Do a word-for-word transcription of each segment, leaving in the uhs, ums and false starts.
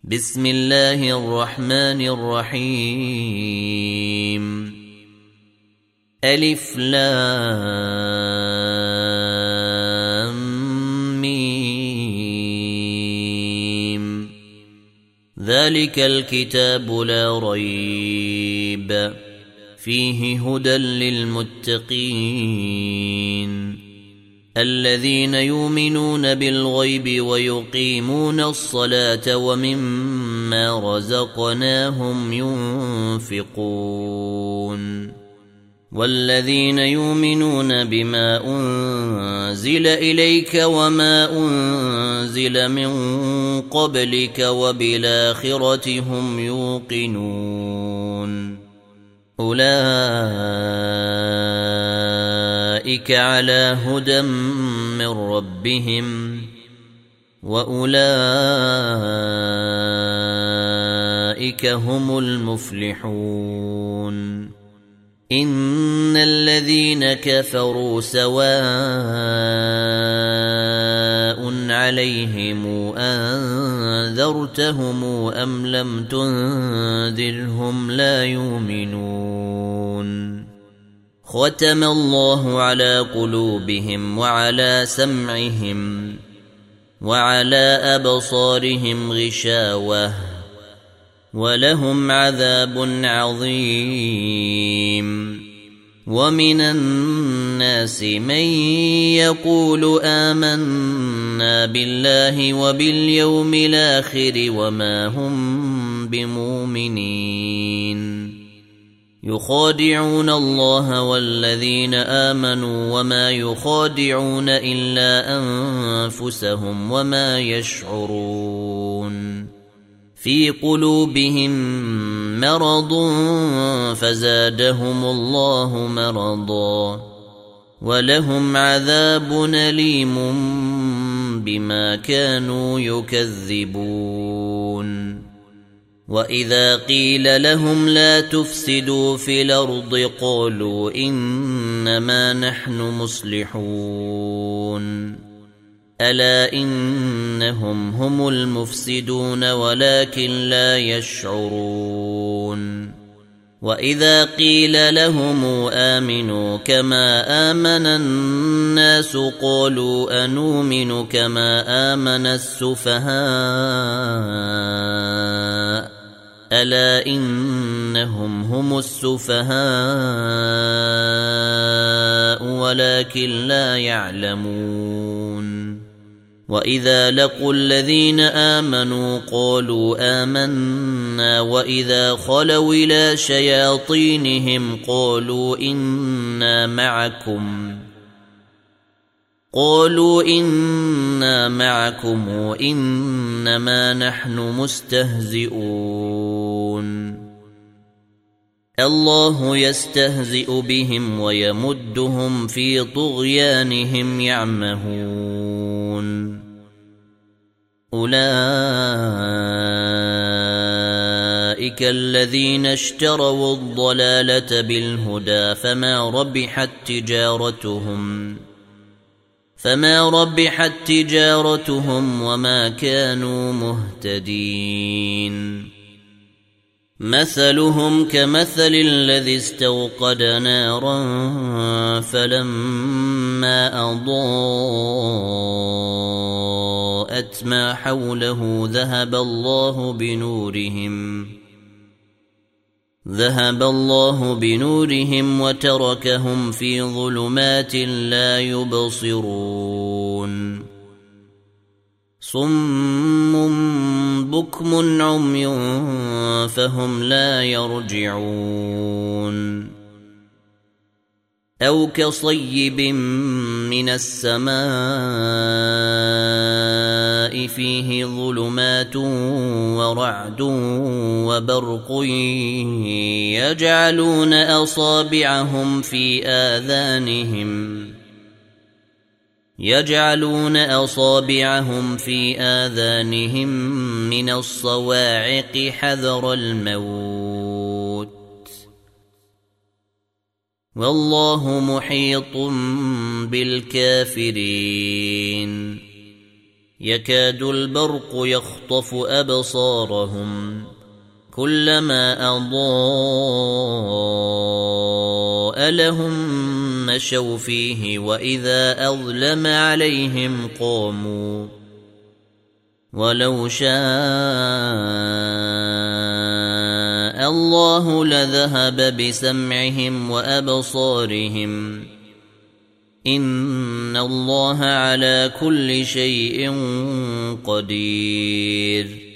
بسم الله الرحمن الرحيم ألف لام ميم ذلك الكتاب لا ريب فيه هدى للمتقين الذين يؤمنون بالغيب ويقيمون الصلاة ومما رزقناهم ينفقون والذين يؤمنون بما أنزل إليك وما أنزل من قبلك وبالآخرة هم يوقنون أولئك على هدى من ربهم وأولئك هم المفلحون إن الذين كفروا سواء عليهم أنذرتهم أم لم تنذرهم لا يؤمنون ختم الله على قلوبهم وعلى سمعهم وعلى أبصارهم غشاوة ولهم عذاب عظيم ومن الناس من يقول آمنا بالله وباليوم الآخر وما هم بمؤمنين يخادعون الله والذين آمنوا وما يخادعون إلا أنفسهم وما يشعرون في قلوبهم مرض فزادهم الله مرضا ولهم عذاب أليم بما كانوا يكذبون وإذا قيل لهم لا تفسدوا في الأرض قالوا إنما نحن مصلحون ألا إنهم هم المفسدون ولكن لا يشعرون وإذا قيل لهم آمنوا كما آمن الناس قالوا أنؤمن كما آمن السفهاء ألا إنهم هم السفهاء ولكن لا يعلمون وإذا لقوا الذين آمنوا قالوا آمنا وإذا خلوا إلى شياطينهم قالوا إنا معكم قالوا إنا معكم إنما نحن مستهزئون الله يستهزئ بهم ويمدهم في طغيانهم يعمهون أولئك الذين اشتروا الضلالة بالهدى فما ربحت تجارتهم فما ربحت تجارتهم وما كانوا مهتدين مثلهم كمثل الذي استوقد نارا فلما أضاءت ما حوله ذهب الله بنورهم ذهب الله بنورهم وتركهم في ظلمات لا يبصرون صم بكم عمي فهم لا يرجعون أو كصيب من السماء فيه ظلمات ورعد وبرق يجعلون أصابعهم في آذانهم يجعلون أصابعهم في آذانهم من الصواعق حذر الموت والله محيط بالكافرين يكاد البرق يخطف أبصارهم كلما أضاء لهم مشوا فيه وإذا أظلم عليهم قاموا ولو شاء الله لذهب بسمعهم وأبصارهم إن الله على كل شيء قدير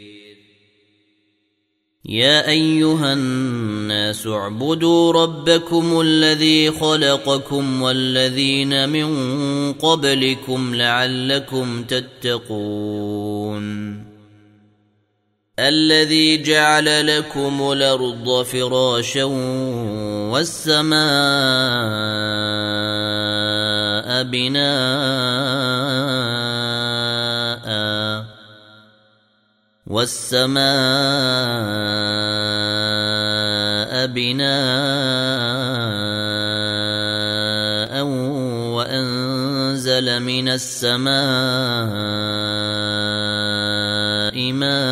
يا أيها الناس اعبدوا ربكم الذي خلقكم والذين من قبلكم لعلكم تتقون الذي جعل لكم الأرض فراشا والسماء بناء والسماء بناء وأنزل من السماء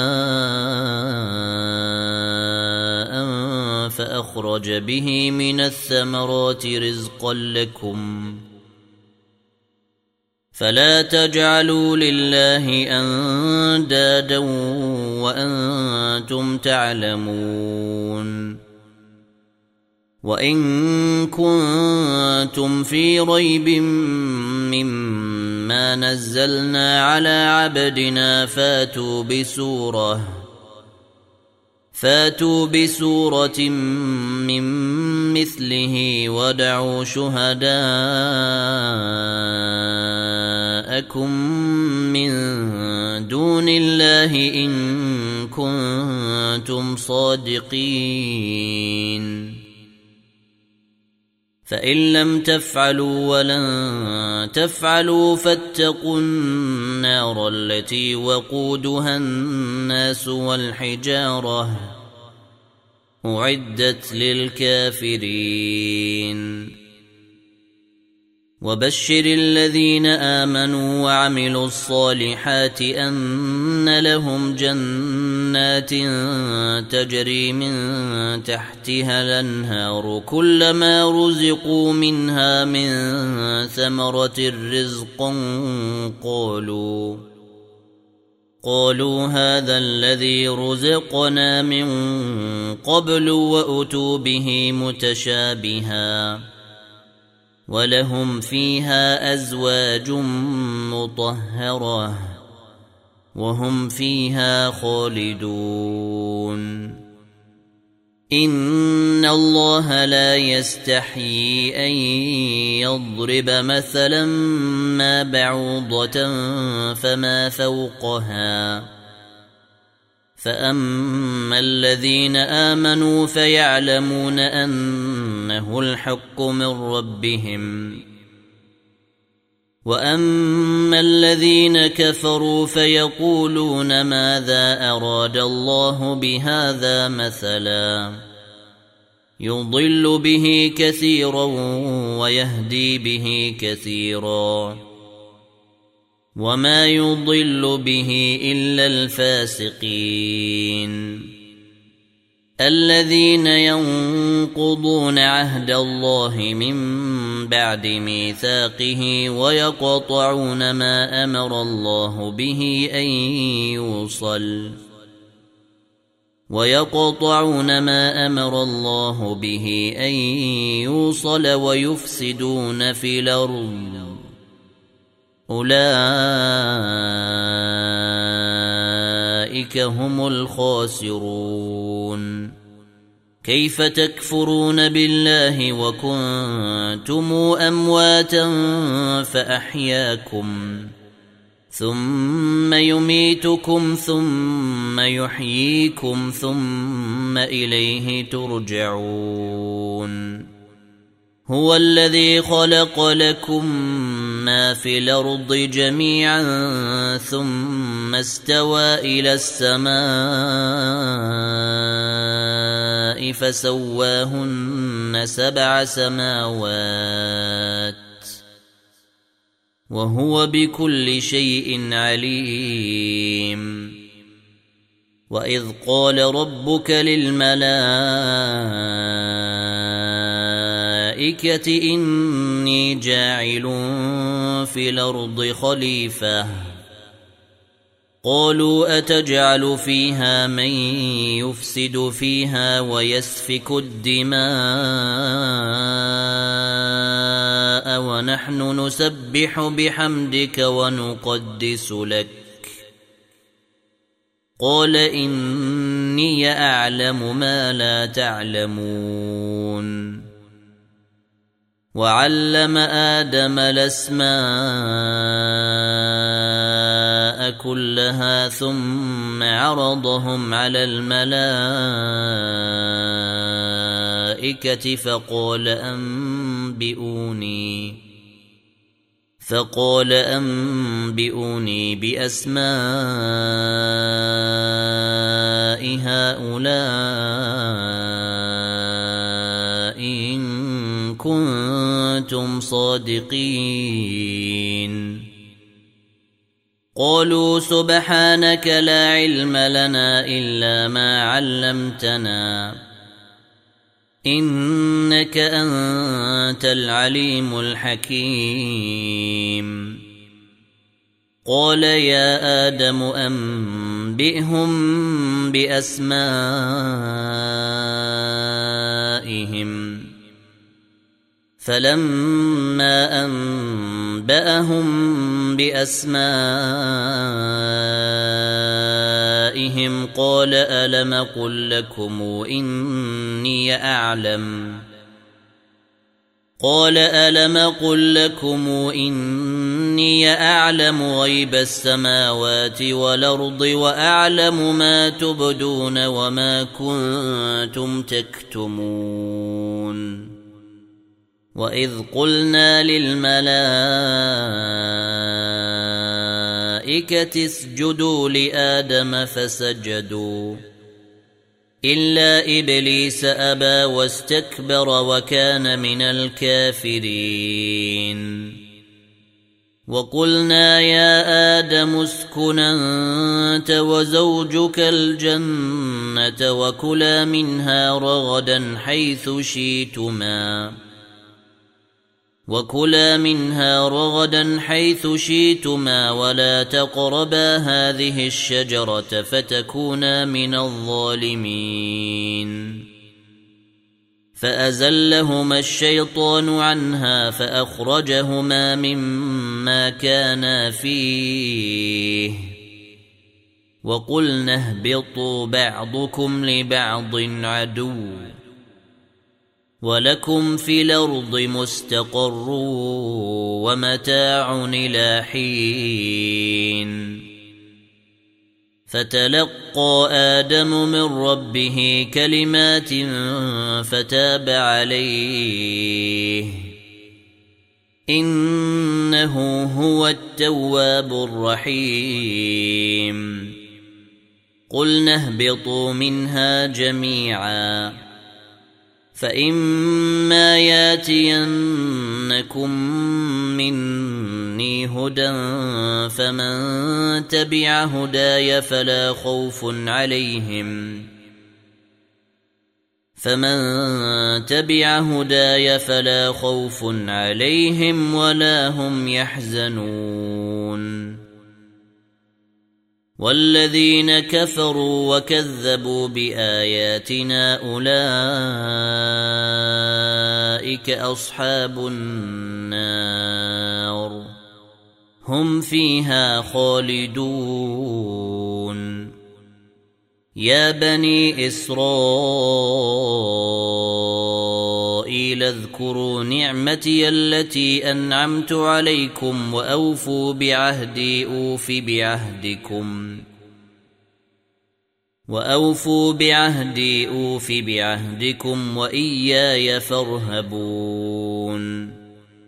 ماء فأخرج به من الثمرات رزقا لكم فلا تجعلوا لله أندادا وأنتم تعلمون وإن كنتم في ريب مما نزلنا على عبدنا فاتوا بسورة فاتوا بسورة من مثله ودعوا شهداءكم من دون الله إن كنتم صادقين فإن لم تفعلوا ولن تفعلوا فاتقوا النار التي وقودها الناس والحجارة أعدت للكافرين وبشر الذين آمنوا وعملوا الصالحات أن لهم جنات تجري من تحتها الأنهار كلما رزقوا منها من ثمرة رزقا قالوا قالوا هذا الذي رزقنا من قبل وأتوا به متشابها ولهم فيها أزواج مطهرة وهم فيها خالدون إن الله لا يستحيي أن يضرب مثلا ما بعوضة فما فوقها فأما الذين آمنوا فيعلمون أنه الحق من ربهم وأما الذين كفروا فيقولون ماذا أراد الله بهذا مثلا يضل به كثيرا ويهدي به كثيرا وما يضل به إلا الفاسقين الذين ينقضون عهد الله من بعد ميثاقه ويقطعون ما أمر الله به أن يوصل ويقطعون ما أمر الله به أن يوصل ويفسدون في الأرض أولئك هم الخاسرون كيف تكفرون بالله وكنتم أمواتا فأحياكم ثم يميتكم ثم يحييكم ثم إليه ترجعون هو الذي خلق لكم ما في الأرض جميعا ثم استوى إلى السماء فسواهن سبع سماوات وهو بكل شيء عليم. وإذ قال ربك للملائكة إني جاعل في الأرض خليفة قالوا أتجعل فيها من يفسد فيها ويسفك الدماء ونحن نسبح بحمدك ونقدس لك قال إني أعلم ما لا تعلمون. وعلم آدم الأسماء كلها ثم عرضهم على الملائكة فقال أنبئوني فقال أنبئوني بأسماء هؤلاء إن كنتم صادقين. قالوا سبحانك لا علم لنا إلا ما علمتنا إنك أنت العليم الحكيم. قال يا آدم أنبئهم بأسمائهم فلما أنبأهم بأسمائهم قال ألم قل لكم إني أعلم قال ألم قل لكم إني أعلم غيب السماوات والأرض وأعلم ما تبدون وما كنتم تكتمون. وإذ قلنا للملائكة اسجدوا لآدم فسجدوا إلا إبليس أبى واستكبر وكان من الكافرين. وقلنا يا آدم اسكن أنت وزوجك الجنة وكلا منها رغدا حيث شئتما وكلا منها رغدا حيث شئتما ولا تقربا هذه الشجرة فتكونا من الظالمين. فأزلهما الشيطان عنها فأخرجهما مما كانا فيه وقلنا اهبطوا بعضكم لبعض عدو ولكم في الأرض مستقر ومتاع إلى حين. فتلقى آدم من ربه كلمات فتاب عليه إنه هو التواب الرحيم. قلنا اهبطوا منها جميعا فإما ياتينكم مني هدى فمن تبع هداي فلا خوف عليهم فمن تبع هداي فلا خوف عليهم ولا هم يحزنون. والذين كفروا وكذبوا بآياتنا أولئك أصحاب النار هم فيها خالدون. يا بني إسرائيل اذكروا نعمتي التي أنعمت عليكم وأوفوا بعهدي أوف بعهدكم وأوفوا بعهدي أوف بعهدكم وإياي فارهبون.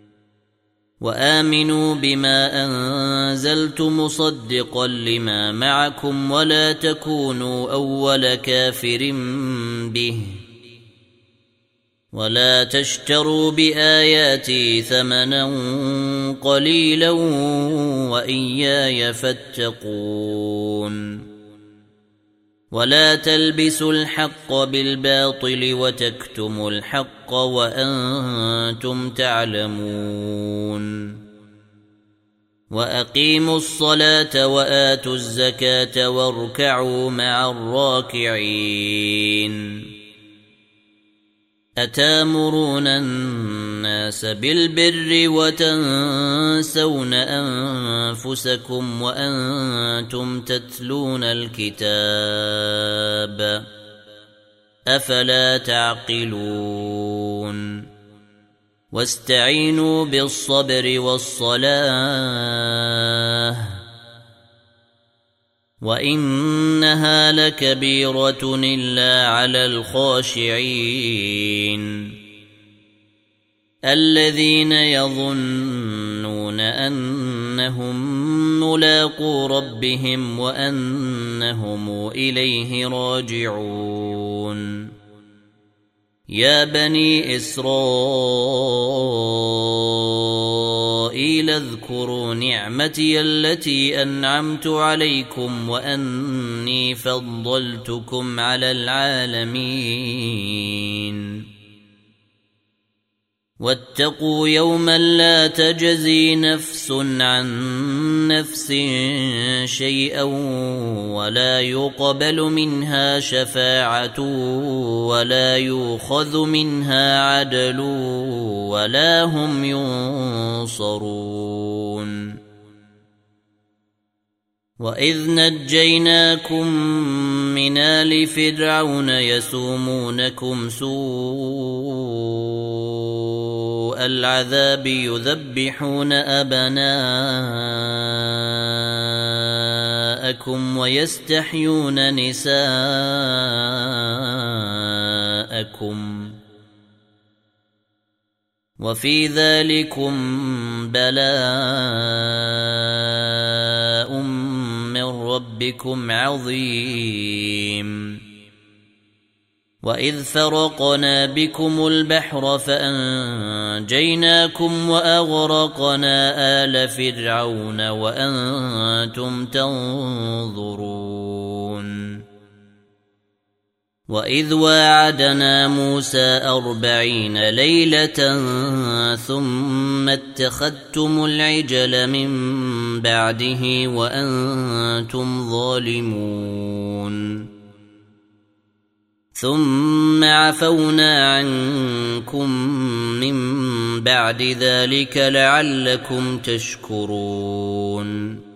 وآمنوا بما أنزلت مصدقا لما معكم ولا تكونوا أول كافر به ولا تشتروا بآياتي ثمنا قليلا وإياي فاتقون ولا تلبسوا الحق بالباطل وتكتموا الحق وأنتم تعلمون وأقيموا الصلاة وآتوا الزكاة واركعوا مع الراكعين أتامرون الناس بالبر وتنسون أنفسكم وأنتم تتلون الكتاب أفلا تعقلون واستعينوا بالصبر والصلاة وإنها لكبيرة إلا على الخاشعين الذين يظنون أنهم ملاقو ربهم وأنهم إليه راجعون يا بني إسرائيل اذكروا نعمتي التي أنعمت عليكم وأني فضلتكم على العالمين واتقوا يوما لا تجزي نفس عن نفس شيئا ولا يقبل منها شفاعة ولا يؤخذ منها عدل ولا هم ينصرون وإذ نجيناكم من آل فرعون يسومونكم سوء العذاب يذبحون أبناءكم ويستحيون نساءكم وفي ذلكم بلاء من ربكم عظيم وإذ فرقنا بكم البحر فأنجيناكم وأغرقنا آل فرعون وأنتم تنظرون وإذ واعدنا موسى أربعين ليلة ثم اتخذتم العجل من بعده وأنتم ظالمون ثم عفونا عنكم من بعد ذلك لعلكم تشكرون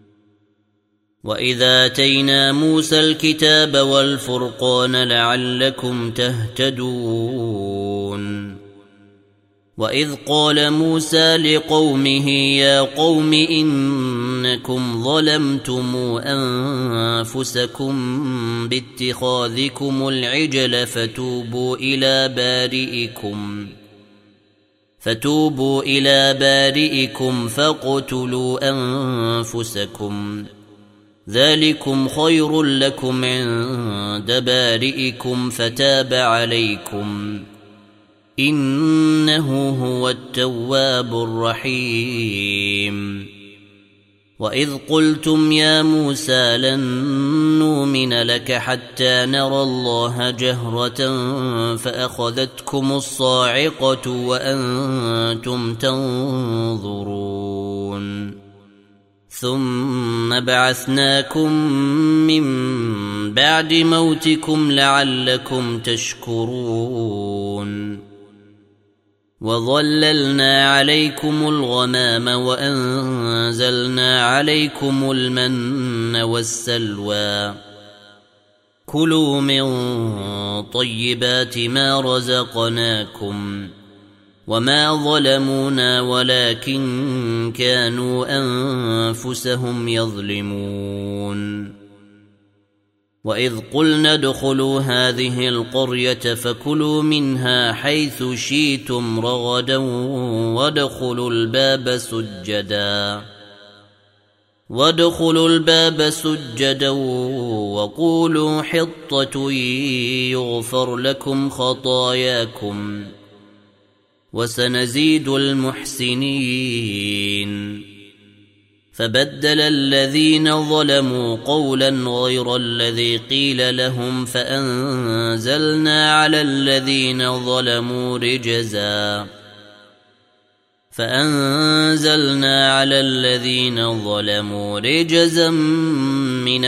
وإذا آتينا موسى الكتاب والفرقان لعلكم تهتدون وإذ قال موسى لقومه يا قوم إنكم ظلمتم أنفسكم باتخاذكم العجل فتوبوا إلى بارئكم فتوبوا إلى بارئكم فاقتلوا أنفسكم ذلكم خير لكم عند بارئكم فتاب عليكم إنه هو التواب الرحيم وإذ قلتم يا موسى لن نؤمن لك حتى نرى الله جهرة فأخذتكم الصاعقة وأنتم تنظرون ثم بعثناكم من بعد موتكم لعلكم تشكرون وظللنا عليكم الغمام وأنزلنا عليكم المن والسلوى كلوا من طيبات ما رزقناكم وما ظلمونا ولكن كانوا أنفسهم يظلمون وإذ قلنا ادخلوا هذه القرية فكلوا منها حيث شئتم رغدا وادخلوا الباب سجدا وادخلوا الباب سجدا وقولوا حطة يغفر لكم خطاياكم وسنزيد المحسنين. فبدل الذين ظلموا قولا غير الذي قيل لهم فأنزلنا على الذين ظلموا رجزا فأنزلنا على الذين ظلموا رجزا من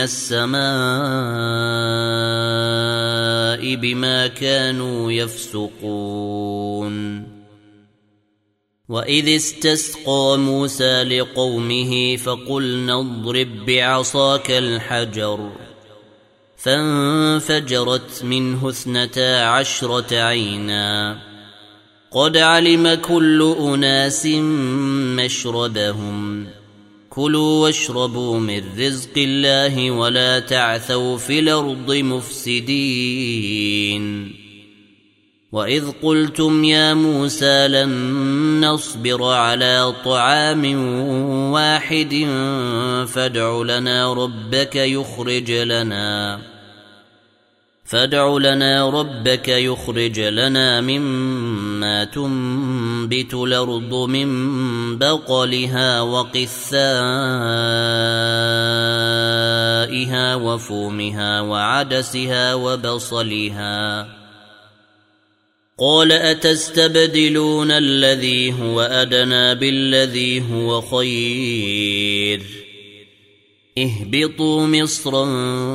السماء بما كانوا يفسقون. وإذ استسقى موسى لقومه فقلنا اضرب بعصاك الحجر فانفجرت منه اثنتا عشرة عينا قد علم كل أناس مشربهم كلوا واشربوا من رزق الله ولا تعثوا في الأرض مفسدين. وإذ قلتم يا موسى لن نصبر على طعام واحد فادع لنا ربك يخرج لنا فادع لنا ربك يخرج لنا مما تنبت الأرض من بقلها وقثائها وفومها وعدسها وبصلها. قال أتستبدلون الذي هو أدنى بالذي هو خير اهبطوا مصرا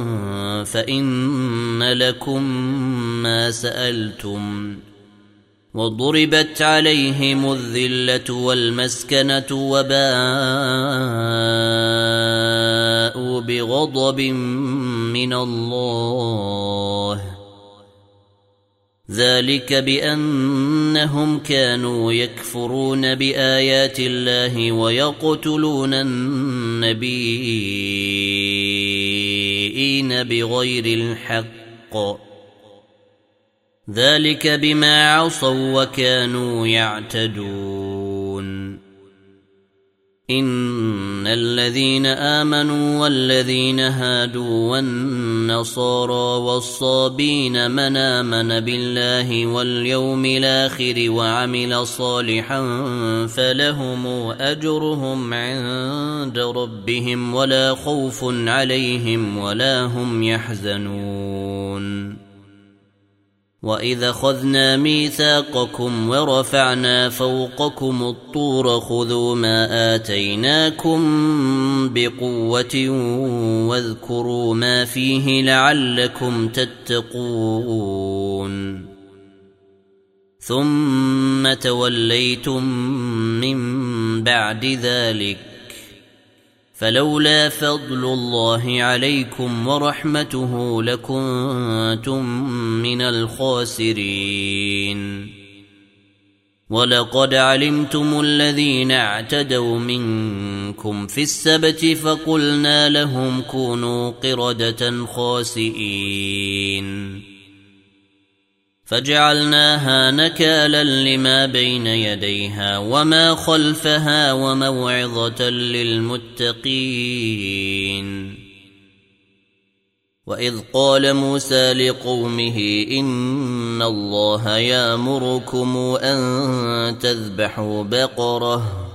فإن لكم ما سألتم وضربت عليهم الذلة والمسكنة وباءوا بغضب من الله ذلك بأنهم كانوا يكفرون بآيات الله ويقتلون النبيين بغير الحق ذلك بما عصوا وكانوا يعتدون. إن الذين آمنوا والذين هادوا والنصارى والصابين من آمن بالله واليوم الآخر وعمل صالحا فلهم أجرهم عند ربهم ولا خوف عليهم ولا هم يحزنون. وإذا أخذنا ميثاقكم ورفعنا فوقكم الطور خذوا ما آتيناكم بقوة واذكروا ما فيه لعلكم تتقون. ثم توليتم من بعد ذلك فلولا فضل الله عليكم ورحمته لكنتم من الخاسرين. ولقد علمتم الذين اعتدوا منكم في السبت فقلنا لهم كونوا قردة خاسئين فجعلناها نكالا لما بين يديها وما خلفها وموعظة للمتقين. وإذ قال موسى لقومه إن الله يأمركم أن تذبحوا بقرة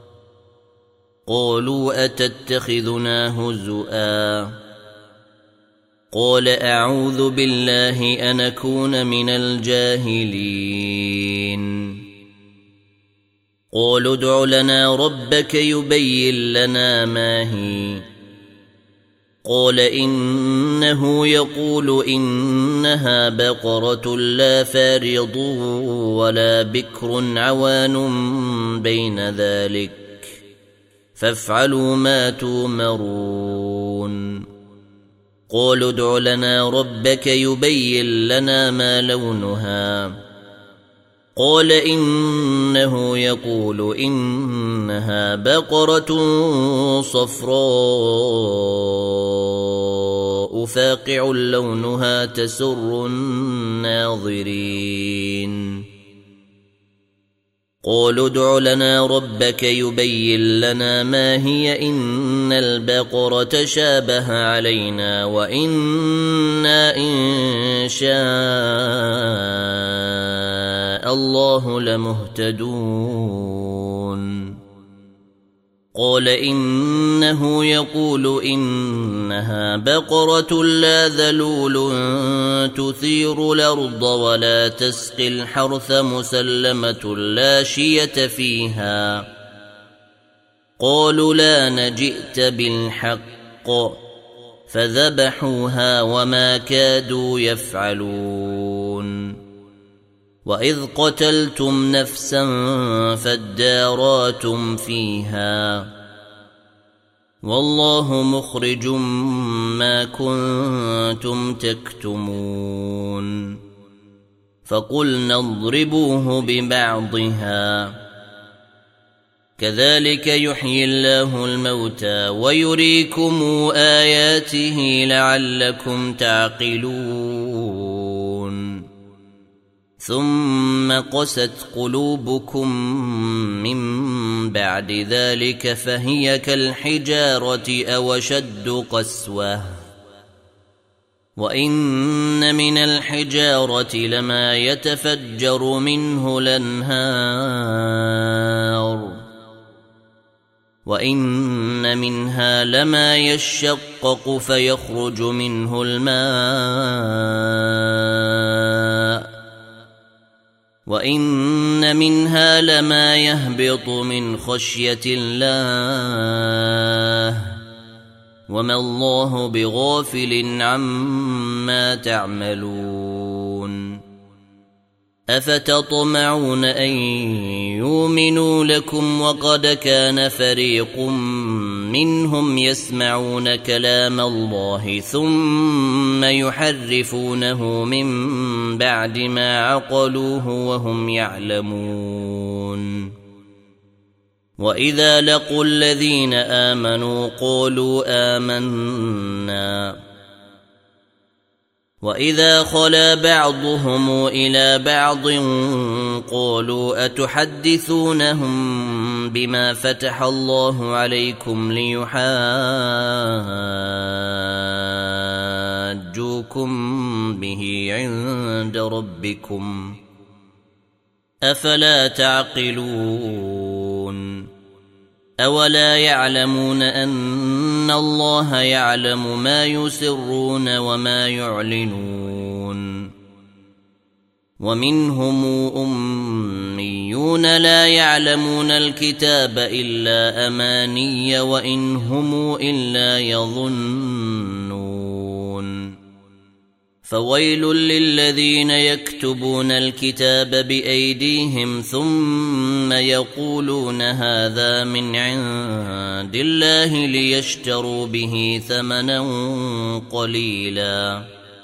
قالوا أتتخذنا هزؤا قال أعوذ بالله أن أكون من الجاهلين. قالوا ادع لنا ربك يبين لنا ما هي قال إنه يقول إنها بقرة لا فارض ولا بكر عوان بين ذلك فافعلوا ما تؤمرون. قالوا ادع لنا ربك يبين لنا ما لونها قال إنه يقول إنها بقرة صفراء فاقع لونها تسر الناظرين. قالوا ادع لنا ربك يبين لنا ما هي إن البقرة تشابه علينا وإنا إن شاء الله لمهتدون قال إنه يقول إنها بقرة لا ذلول تثير الأرض ولا تسقي الحرث مسلمة لا شية فيها قالوا لا نجئت بالحق فذبحوها وما كادوا يفعلون وإذ قتلتم نفسا فادارأتم فيها والله مخرج ما كنتم تكتمون فقلنا اضربوه ببعضها كذلك يحيي الله الموتى ويريكم آياته لعلكم تعقلون ثم قست قلوبكم من بعد ذلك فهي كالحجارة أو شد قسوة وإن من الحجارة لما يتفجر منه الأنهار وإن منها لما يشقق فيخرج منه الماء وإن منها لما يهبط من خشية الله وما الله بغافل عما تعملون أفتطمعون أن يؤمنوا لكم وقد كان فريق منهم يسمعون كلام الله ثم يحرفونه من بعد ما عقلوه وهم يعلمون وإذا لقوا الذين آمنوا قالوا آمنا وإذا خلا بعضهم إلى بعض قالوا أتحدثونهم بما فتح الله عليكم ليحاجوكم به عند ربكم أفلا تعقلون أولا يعلمون أن الله يعلم ما يسرون وما يعلنون ومنهم أميون لا يعلمون الكتاب إلا أماني وإن هم إلا يظنون فويل للذين يكتبون الكتاب بأيديهم ثم يقولون هذا من عند الله ليشتروا به ثمنا قليلا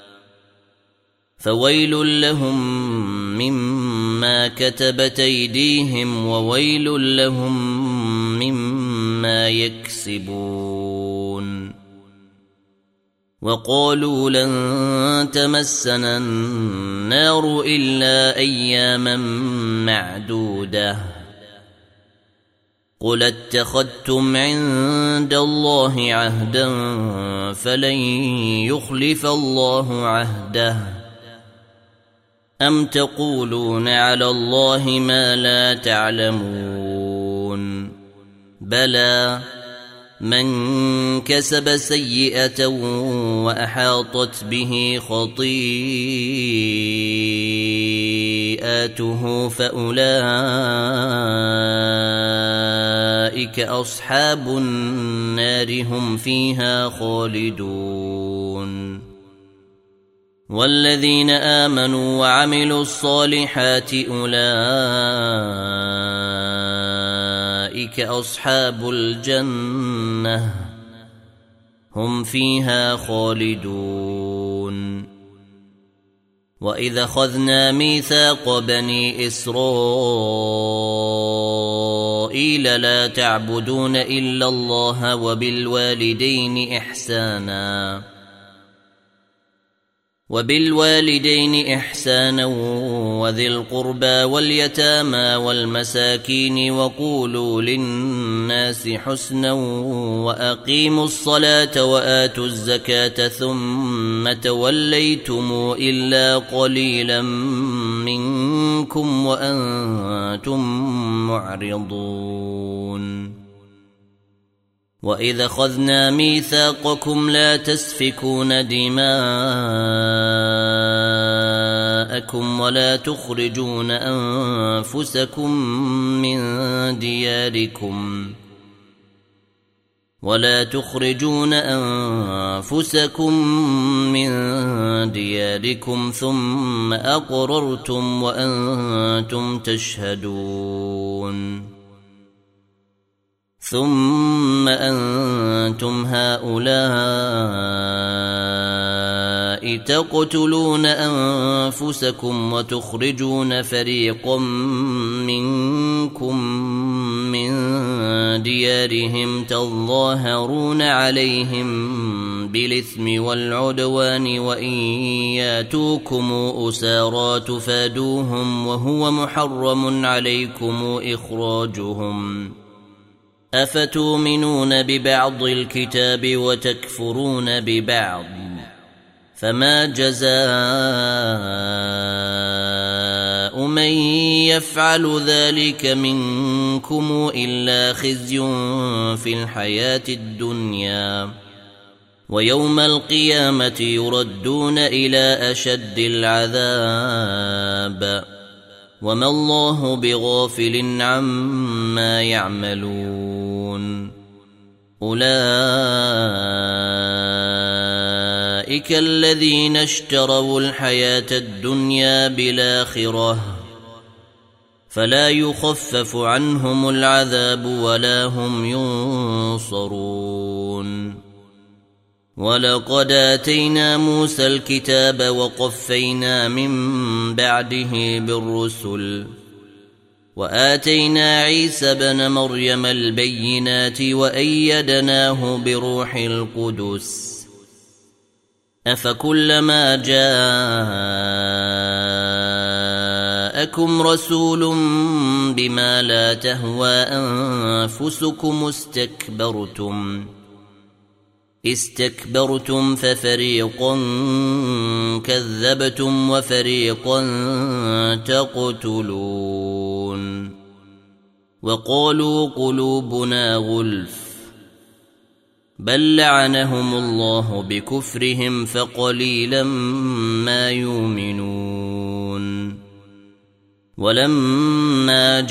فويل لهم مما كتبت أيديهم وويل لهم مما يكسبون وقالوا لن تمسنا النار إلا أياما معدودة قل اتخذتم عند الله عهدا فلن يخلف الله عهده أم تقولون على الله ما لا تعلمون بلى من كسب سيئة وأحاطت به خطيئاته فأولئك أصحاب النار هم فيها خالدون والذين آمنوا وعملوا الصالحات أولئك أصحاب الجنة هم فيها خالدون وإذا أخذنا ميثاق بني إسرائيل لا تعبدون إلا الله وبالوالدين إحسانا وبالوالدين إحسانا وذي القربى واليتامى والمساكين وقولوا للناس حسنا وأقيموا الصلاة وآتوا الزكاة ثم توليتم إلا قليلا منكم وأنتم معرضون وإذا أخذنا ميثاقكم لا تسفكون دماءكم ولا تخرجون أنفسكم من دياركم ولا تخرجون أنفسكم من دياركم ثم أقررتم وأنتم تشهدون ثم أنتم هؤلاء تقتلون أنفسكم وتخرجون فريقا منكم من ديارهم تظاهرون عليهم بالإثم والعدوان وإن ياتوكم أسارى تفادوهم وهو محرم عليكم إخراجهم أفتؤمنون ببعض الكتاب وتكفرون ببعض فما جزاء من يفعل ذلك منكم إلا خزي في الحياة الدنيا ويوم القيامة يردون إلى أشد العذاب وما الله بغافل عما يعملون أولئك الذين اشتروا الحياة الدنيا بالآخرة فلا يخفف عنهم العذاب ولا هم ينصرون ولقد آتينا موسى الكتاب وقفينا من بعده بالرسل وآتينا عيسى بن مريم البينات وأيدناه بروح القدس أفكلما جاءكم رسول بما لا تهوى أنفسكم استكبرتم استكبرتم ففريقا كذبتم وفريقا تقتلون وقالوا قلوبنا غلف بل لعنهم الله بكفرهم فقليلا ما يؤمنون ولما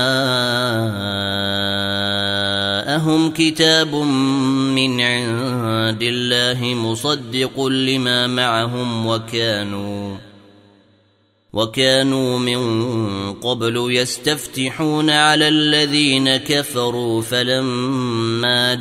جاءهم كتاب من عند الله مصدق لما معهم وكانوا وكانوا من قبل يستفتحون على الذين كفروا فلما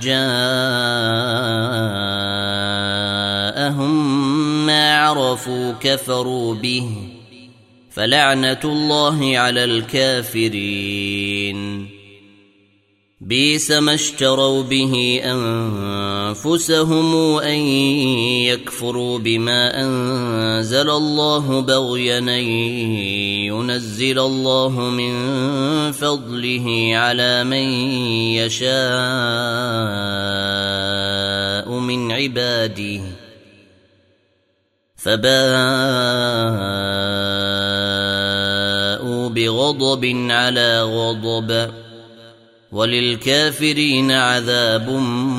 جاءهم ما عرفوا كفروا به فلعنة الله على الكافرين بئس ما اشتروا به أنفسهم أن يكفروا بما أنزل الله بغيا أن ينزل الله من فضله على من يشاء من عباده فباءوا بغضب على غضب وللكافرين عذاب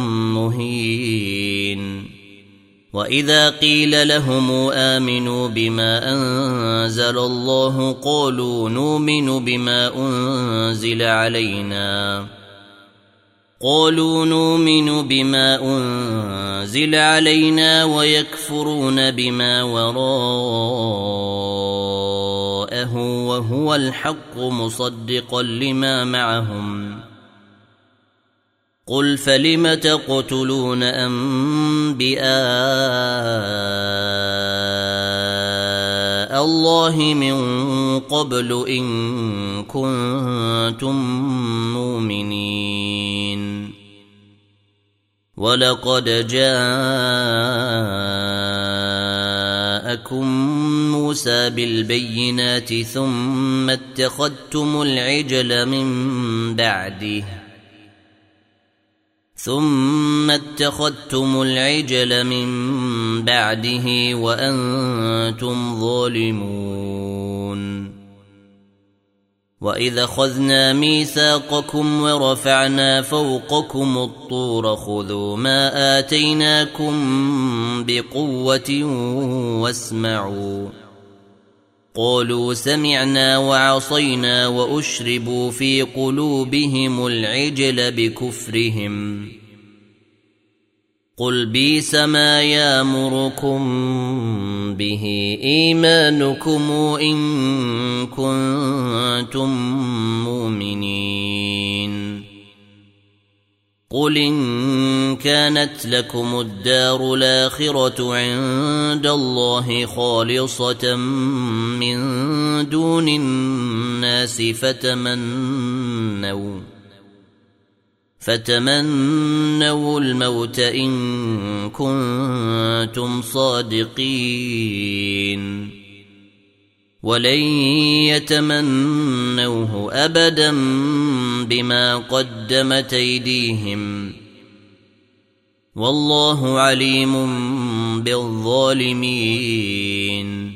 مهين وإذا قيل لهم آمنوا بما أنزل الله قالوا نؤمن بما أنزل علينا قالوا نؤمن بما أنزل علينا ويكفرون بما وراءه وهو الحق مصدقا لما معهم قل فلم تقتلون أنبياء الله من قبل إن كنتم مؤمنين ولقد جاءكم جاءكم موسى بالبينات ثم اتخذتم العجل من بعده ثم اتخذتم العجل من بعده وأنتم ظالمون وإذ أخذنا ميثاقكم ورفعنا فوقكم الطور خذوا ما آتيناكم بقوة واسمعوا قالوا سمعنا وعصينا وأشربوا في قلوبهم العجل بكفرهم قل بئس ما يأمركم به إيمانكم إن كنتم مؤمنين قل إن كانت لكم الدار الآخرة عند الله خالصة من دون الناس فتمنوا فتمنوا الموت إن كنتم صادقين ولن يتمنوه أبدا بما قدمت أيديهم والله عليم بالظالمين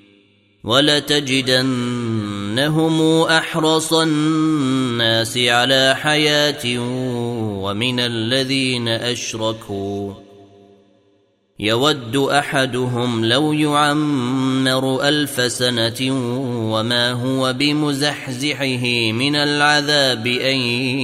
ولتجدنهم أحرص الناس على حياة ومن الذين أشركوا يود أحدهم لو يعمر ألف سنة وما هو بمزحزحه من العذاب أن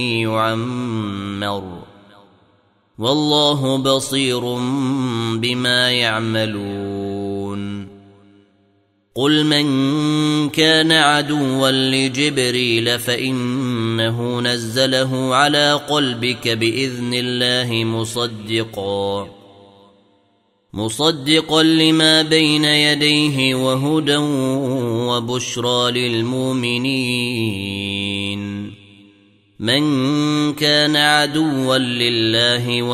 يعمر والله بصير بما يعملون قل من كان عدوا لجبريل فإنه نزله على قلبك بإذن الله مصدقا مصدقا لما بين يديه وهدى وبشرى للمؤمنين من كان عدوا لله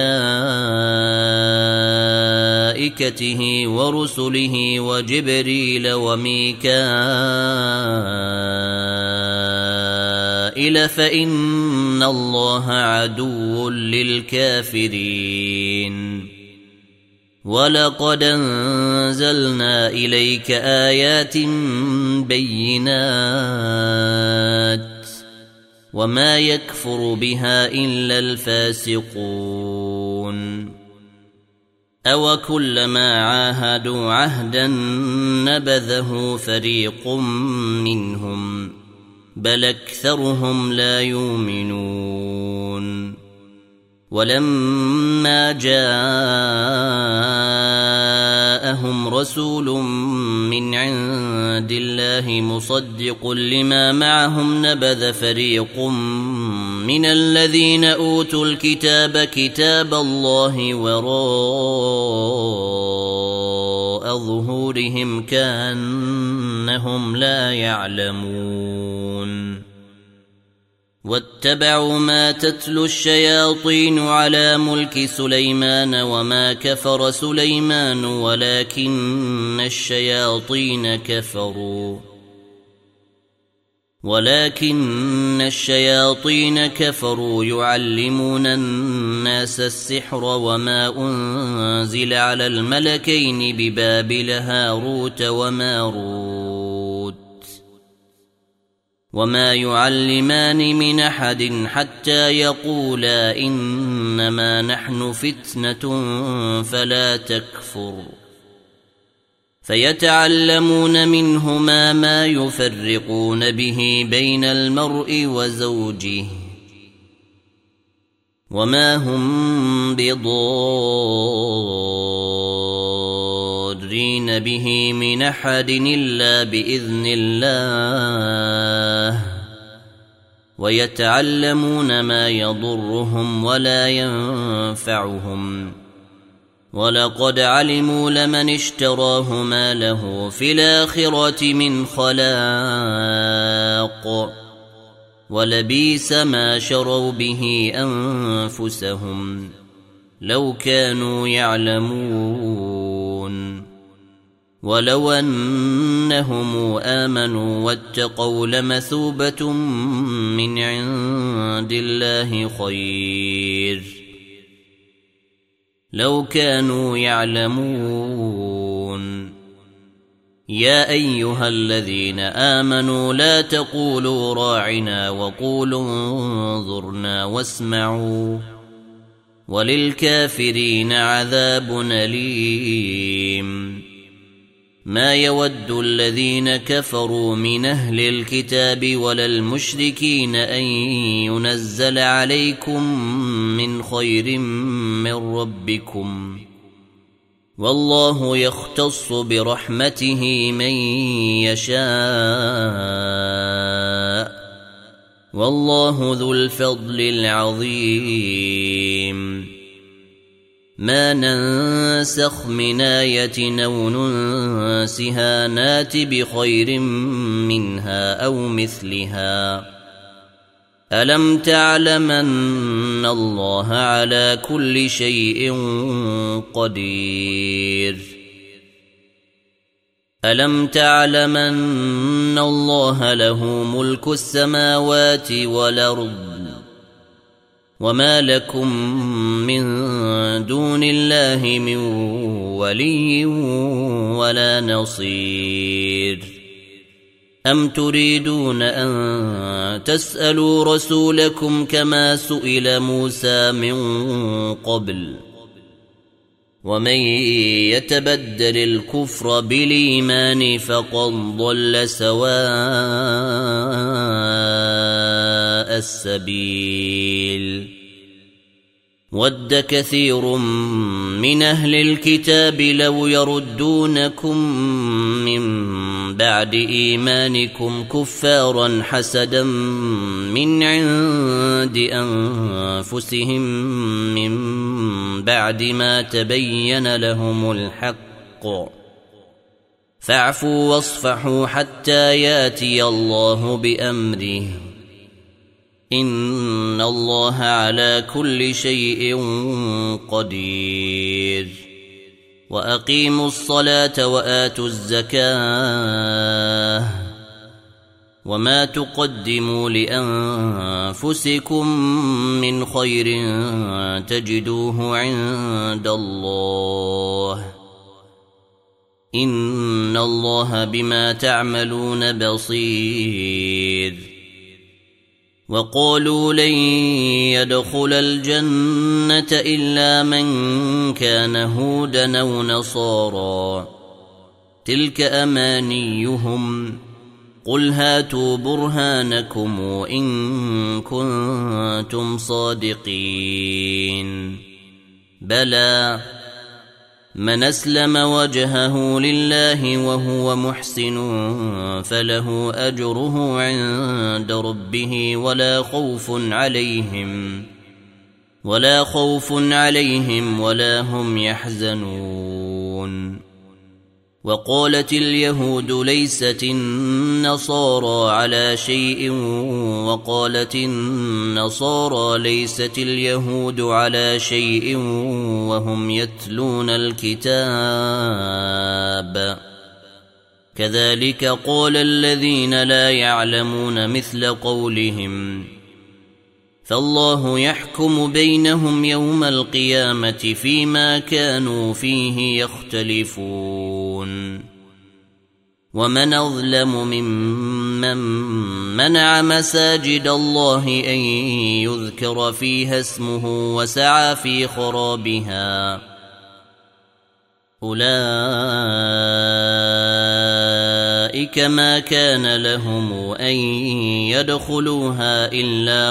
وملائكته ورسله وجبريل وميكائيل فإن الله عدو للكافرين ولقد أنزلنا إليك آيات بينات وما يكفر بها إلا الفاسقون أو كلما عاهدوا عهدا نبذه فريق منهم بل أكثرهم لا يؤمنون ولما جاءهم رسول من عند الله مصدق لما معهم نبذ فريق من الذين أوتوا الكتاب كتاب الله وراء ظهورهم كأنهم لا يعلمون واتبعوا ما تتلو الشياطين على ملك سليمان وما كفر سليمان ولكن الشياطين كفروا ولكن الشياطين كفروا يعلمون الناس السحر وما أنزل على الملكين ببابل هاروت وماروت وما يعلمان من أحد حتى يقولا إنما نحن فتنة فلا تكفر فيتعلمون منهما ما يفرقون به بين المرء وزوجه وما هم بضارين به من أحد إلا بإذن الله ويتعلمون ما يضرهم ولا ينفعهم ولقد علموا لمن اشتراه ما له في الآخرة من خلاق ولبئس ما شروا به أنفسهم لو كانوا يعلمون ولو أنهم آمنوا واتقوا لمثوبة من عند الله خير لو كانوا يعلمون. يا أيها الذين آمنوا لا تقولوا راعنا وقولوا انظرنا واسمعوا وللكافرين عذاب أليم. ما يود الذين كفروا من أهل الكتاب ولا المشركين أن ينزل عليكم من خير من ربكم والله يختص برحمته من يشاء والله ذو الفضل العظيم. ما ننسخ من آية أو ننسها نات بخير منها أو مثلها. ألم تعلم أن الله على كل شيء قدير ألم تعلم أن الله له ملك السماوات والأرض وما لكم من دون الله من ولي ولا نصير. أم تريدون أن تسألوا رسولكم كما سئل موسى من قبل ومن يتبدل الكفر بالإيمان فقد ضل سواء السبيل. ود كثير من أهل الكتاب لو يردونكم من بعد إيمانكم كفارا حسدا من عند أنفسهم من بعد ما تبين لهم الحق فاعفوا واصفحوا حتى ياتي الله بأمره إن الله على كل شيء قدير. وأقيموا الصلاة وآتوا الزكاة وما تقدموا لأنفسكم من خير تجدوه عند الله إن الله بما تعملون بصير. وقالوا لن يدخل الجنة إلا من كان هودا أو نصارى تلك أمانيهم قل هاتوا برهانكم إن كنتم صادقين. بلى من أسلم وجهه لله وهو محسن فله أجره عند ربه ولا خوف عليهم ولا خوف عليهم ولا هم يحزنون. وقالت اليهود ليست النصارى على شيء وقالت النصارى ليست اليهود على شيء وهم يتلون الكتاب كذلك قال الذين لا يعلمون مثل قولهم فالله يحكم بينهم يوم القيامة فيما كانوا فيه يختلفون. ومن أظلم ممن منع مساجد الله أن يذكر فيها اسمه وسعى في خرابها أولئك ما كان لهم أن يدخلوها إلا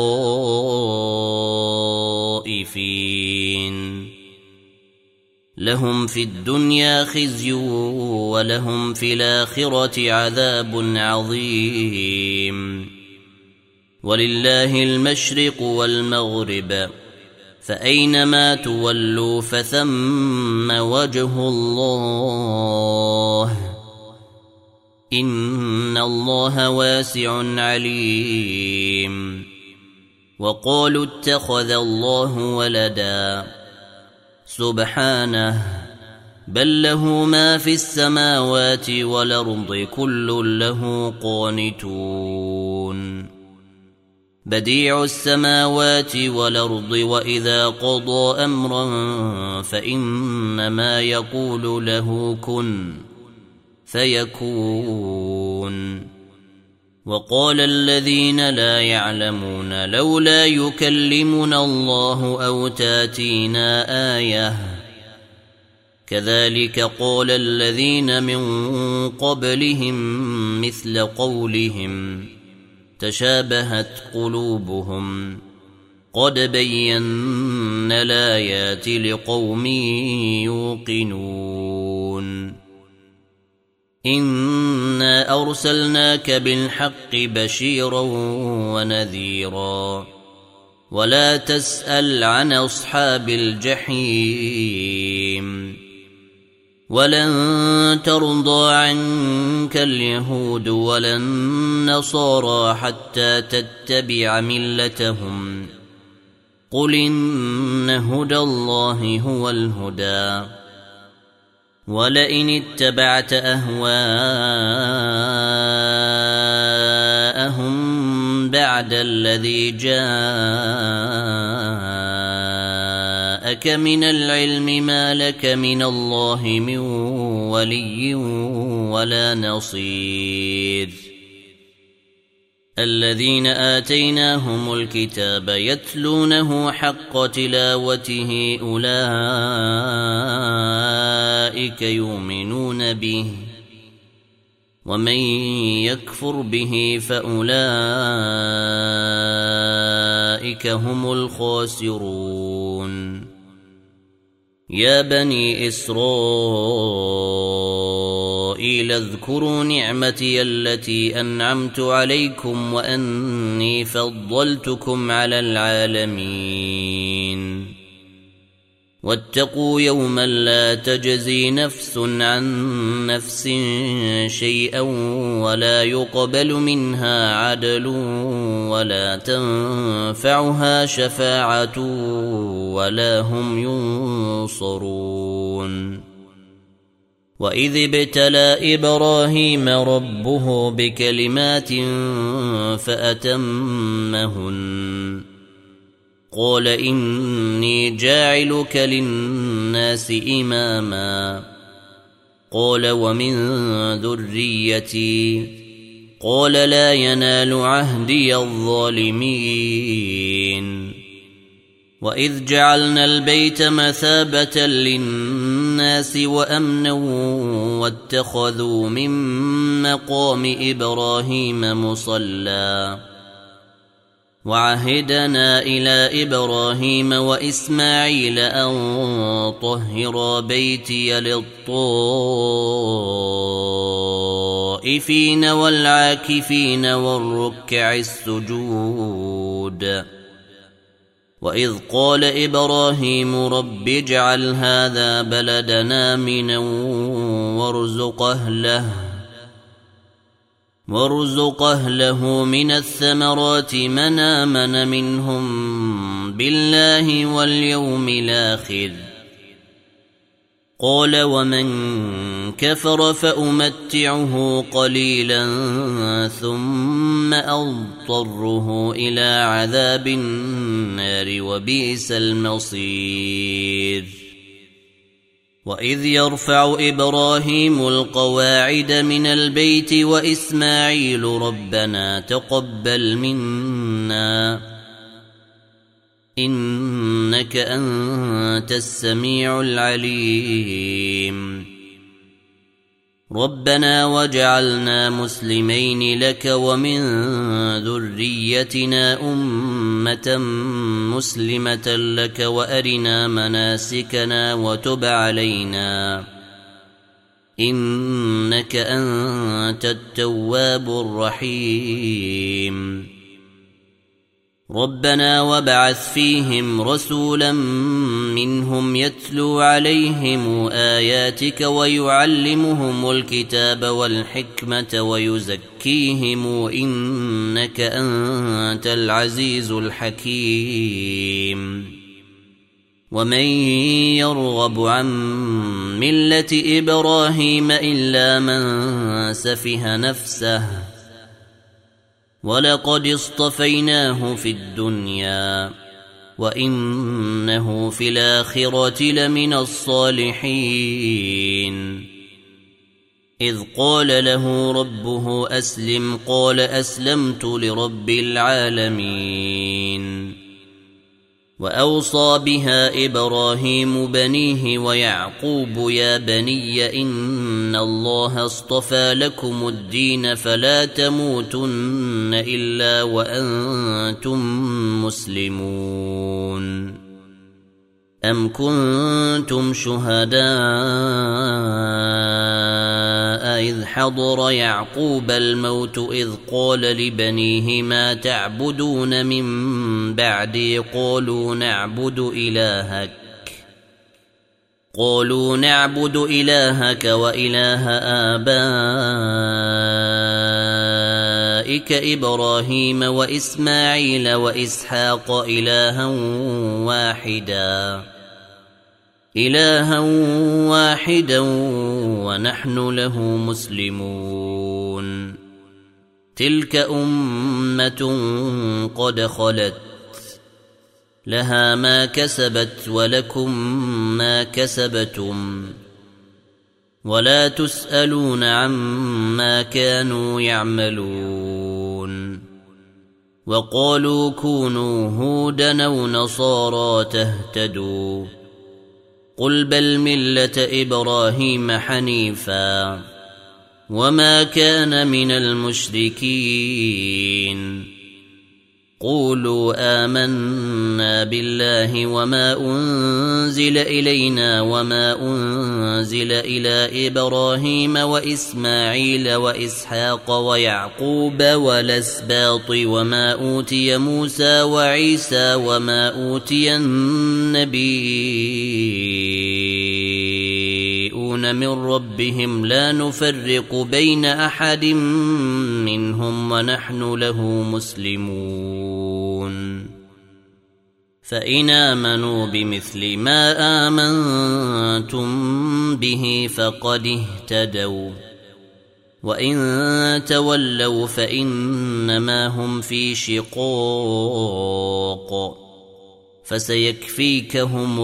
خائفين لهم في الدنيا خزي ولهم في الآخرة عذاب عظيم. ولله المشرق والمغرب فأينما تولوا فثم وجه الله إن الله واسع عليم. وقالوا اتخذ الله ولدا سبحانه بل له ما في السماوات والأرض كل له قانتون بديع السماوات والأرض وإذا قضى أمرا فإنما يقول له كن فيكون وقال الذين لا يعلمون لولا يكلمنا الله أو تاتينا آية كذلك قال الذين من قبلهم مثل قولهم تشابهت قلوبهم قد بينا الآيات لقوم يوقنون إنا أرسلناك بالحق بشيرا ونذيرا ولا تسأل عن أصحاب الجحيم ولن ترضى عنك اليهود ولا النصارى حتى تتبع ملتهم قل إن هدى الله هو الهدى ولئن اتبعت أهواءهم بعد الذي جاءك من العلم ما لك من الله من ولي ولا نصير الذين آتيناهم الكتاب يتلونه حق تلاوته أولئك يؤمنون به ومن يكفر به فأولئك هم الخاسرون يا بني إسرائيل اذكروا نعمتي التي أنعمت عليكم وأني فضلتكم على العالمين واتقوا يوما لا تجزي نفس عن نفس شيئا ولا يقبل منها عدل ولا تنفعها شفاعة ولا هم ينصرون وإذ ابتلى إبراهيم ربه بكلمات فأتمهن قال إني جاعلك للناس إماما قال ومن ذريتي قال لا ينال عهدي الظالمين وإذ جعلنا البيت مثابة للناس وأمنا واتخذوا من مقام إبراهيم مصلى وعهدنا إلى إبراهيم وإسماعيل أن طهرا بيتي للطائفين والعاكفين والركع السجود وإذ قال إبراهيم رب اجعل هذا بلدنا آمنا وارزق أهله وارزق أهله من الثمرات من آمن منهم بالله واليوم الآخر قال ومن كفر فأمتعه قليلا ثم أضطره إلى عذاب النار وبئس المصير وإذ يرفع إبراهيم القواعد من البيت وإسماعيل ربنا تقبل منا إنك أنت السميع العليم ربنا وجعلنا مسلمين لك ومن ذريتنا أمة مسلمة لك وأرنا مناسكنا وتب علينا إنك أنت التواب الرحيم ربنا وابعث فيهم رسولا منهم يتلو عليهم آياتك ويعلمهم الكتاب والحكمة ويزكيهم إنك أنت العزيز الحكيم ومن يرغب عن ملة إبراهيم إلا من سفه نفسه ولقد اصطفيناه في الدنيا وإنه في الآخرة لمن الصالحين إذ قال له ربه أسلم قال أسلمت لرب العالمين وأوصى بها إبراهيم بنيه ويعقوب يا بني إن الله اصطفى لكم الدين فلا تموتن إلا وأنتم مسلمون أم كنتم شهداء إذ حضر يعقوب الموت إذ قال لبنيه ما تعبدون من بعدي قالوا نعبد إلهك قالوا نعبد إلهك وإله آبائك إبراهيم وإسماعيل وإسحاق إلها واحدا إلها واحدا ونحن له مسلمون تلك أمة قد خلت لها ما كسبت ولكم ما كسبتم ولا تسألون عما كانوا يعملون وقالوا كونوا هودا أو نصارى تهتدوا قل بل ملة إبراهيم حنيفا وما كان من المشركين قولوا آمنا بالله وما أنزل إلينا وما أنزل إلى إبراهيم وإسماعيل وإسحاق ويعقوب والأسباط وما أوتي موسى وعيسى وما أوتي النبيون من ربهم لا نفرق بين أحد منهم ونحن له مسلمون فإن آمنوا بمثل ما آمنتم به فقد اهتدوا وإن تولوا فإنما هم في شقاق فسيكفيكهم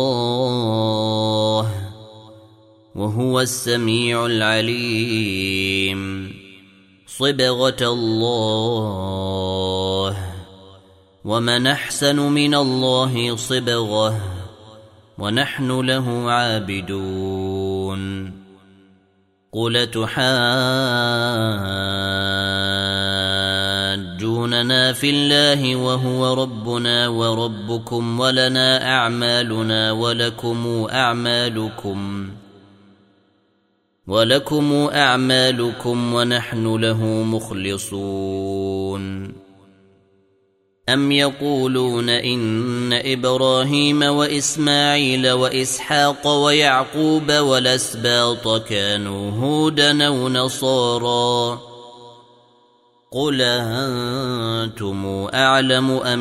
الله وهو السميع العليم صبغة الله ومن أحسن من الله صبغة ونحن له عابدون قل تحاجوننا في الله وهو ربنا وربكم ولنا أعمالنا ولكم أعمالكم ولكم أعمالكم ونحن له مخلصون أم يقولون إن إبراهيم وإسماعيل وإسحاق ويعقوب والأسباط كانوا هودا أو نصارى قل أنتم أعلم أم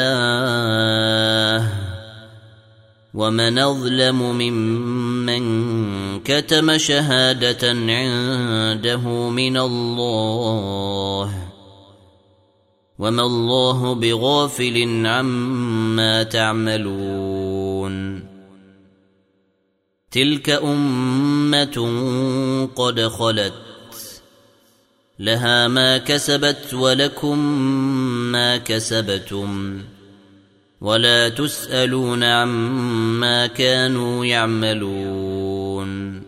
الله ومن أظلم ممن كتم شهادة عنده من الله وما الله بغافل عما تعملون تلك أمة قد خلت لها ما كسبت ولكم ما كسبتم ولا تسألون عما كانوا يعملون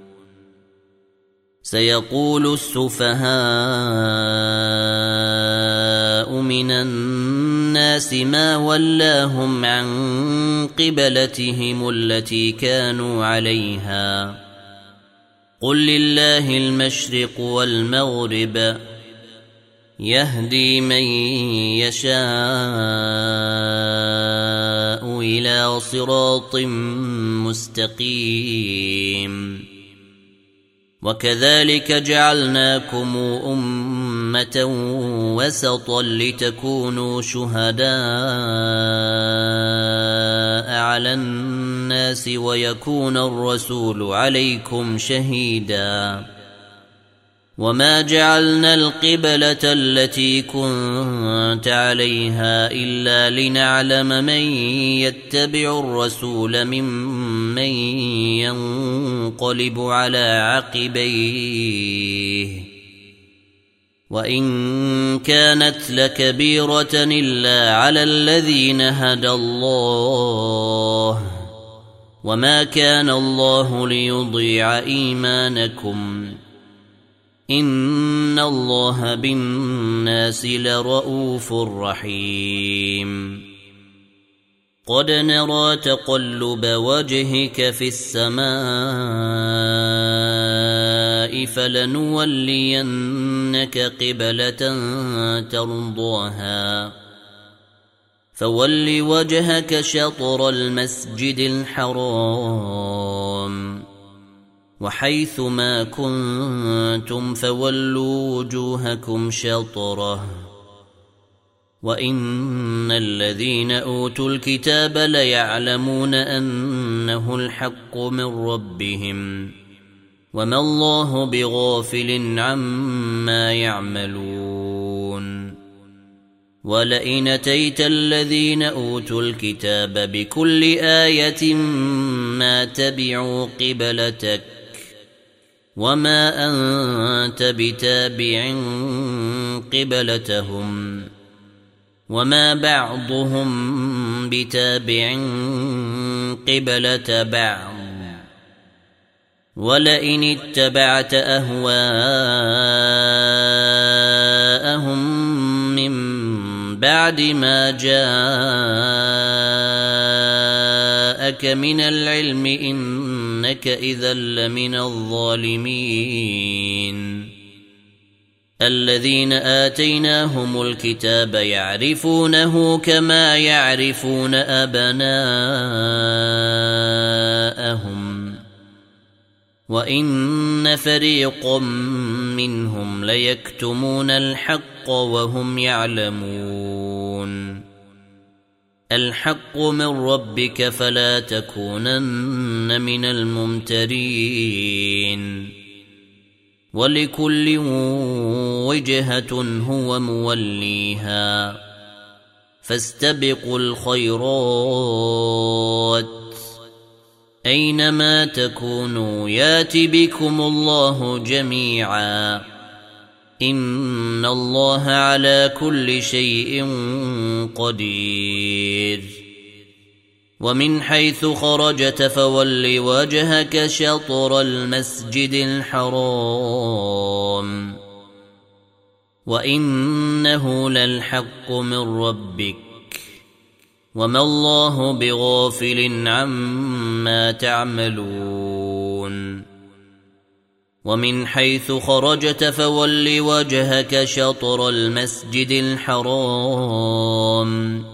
سيقول السفهاء من الناس ما ولاهم عن قبلتهم التي كانوا عليها قل لله المشرق والمغرب يهدي من يشاء إلى صراط مستقيم وكذلك جعلناكم أمة وسطا لتكونوا شهداء على الناس ويكون الرسول عليكم شهيدا وما جعلنا القبلة التي كنت عليها إلا لنعلم من يتبع الرسول ممن ينقلب على عقبيه وإن كانت لكبيرة إلا على الذين هدى الله وما كان الله ليضيع إيمانكم إن الله بالناس لرؤوف رحيم قد نرى تقلب وجهك في السماء فلنولينك قبلة ترضاها فول وجهك شطر المسجد الحرام وحيث ما كنتم فولوا وجوهكم شطره وإن الذين أوتوا الكتاب ليعلمون أنه الحق من ربهم وما الله بغافل عما يعملون ولئن أتيت الذين أوتوا الكتاب بكل آية ما تبعوا قبلتك وما أنت بتابع قبلتهم وما بعضهم بتابع قبلة بعض ولئن اتبعت أهواءهم من بعد ما جاءك من العلم إنك إذا لمن الظالمين الذين آتيناهم الكتاب يعرفونه كما يعرفون أبناءهم وإن فريقا منهم ليكتمون الحق وهم يعلمون الحق من ربك فلا تكونن من الممترين ولكل وجهة هو موليها فاستبقوا الخيرات أينما تكونوا يات بكم الله جميعا إن الله على كل شيء قدير ومن حيث خرجت فول وجهك شطر المسجد الحرام وإنه للحق من ربك وما الله بغافل عما تعملون ومن حيث خرجت فول وجهك شطر المسجد الحرام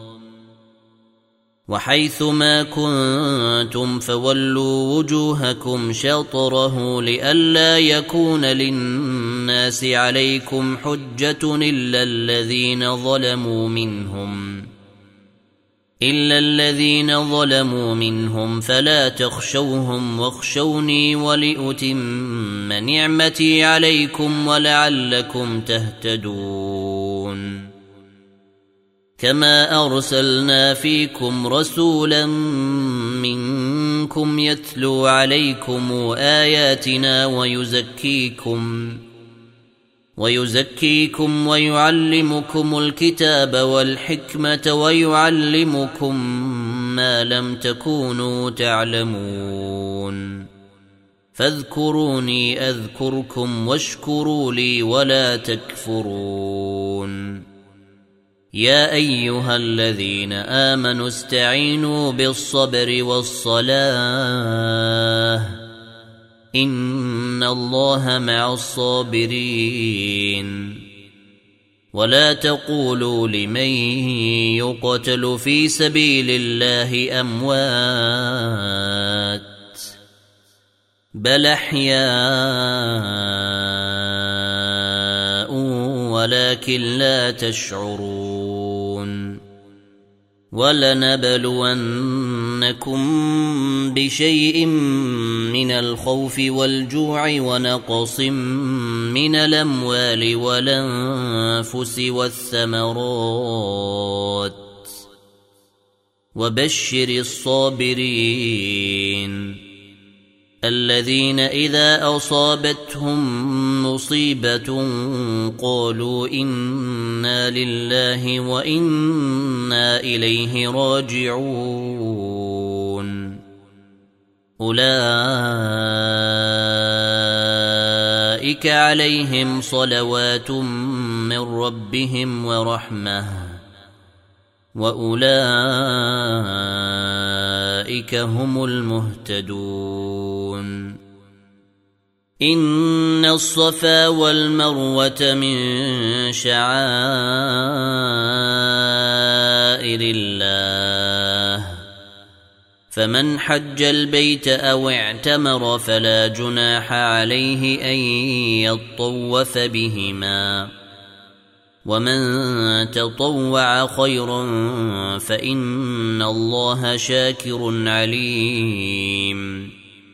وحيث ما كنتم فولوا وجوهكم شطره لئلا يكون للناس عليكم حجة إلا الذين ظلموا منهم إلا الذين ظلموا منهم فلا تخشوهم واخشوني ولأتم نعمتي عليكم ولعلكم تهتدون كما أرسلنا فيكم رسولا منكم يتلو عليكم آياتنا ويزكيكم ويزكيكم ويعلمكم الكتاب والحكمة ويعلمكم ما لم تكونوا تعلمون فاذكروني أذكركم واشكروا لي ولا تكفرون يا أيها الذين آمنوا استعينوا بالصبر والصلاة إن الله مع الصابرين ولا تقولوا لمن يقتل في سبيل الله أموات بل أحياء ولكن لا تشعرون ولنبلون بشيء من الخوف والجوع ونقص من الأموال والأنفس والثمرات وبشر الصابرين الذين إذا أصابتهم مصيبة قالوا إنا لله وإنا إليه راجعون أولئك عليهم صلوات من ربهم ورحمة وأولئك هم المهتدون إن الصفا والمروة من شعائر الله فمن حج البيت أو اعتمر فلا جناح عليه أن يطوف بهما ومن تطوع خيرا فإن الله شاكر عليم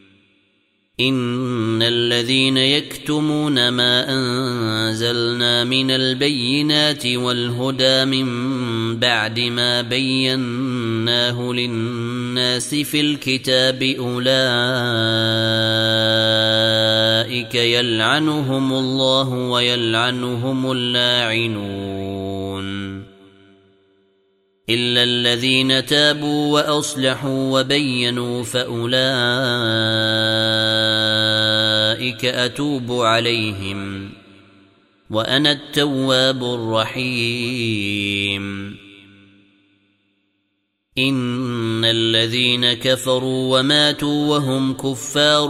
إن الذين يكتمون ما أنزلنا من البينات والهدى من بعد ما بيناه للناس في الكتاب أولئك يلعنهم الله ويلعنهم اللاعنون إلا الذين تابوا وأصلحوا وبينوا فأولئك أتوب عليهم وأنا التواب الرحيم إن الذين كفروا وماتوا وهم كفار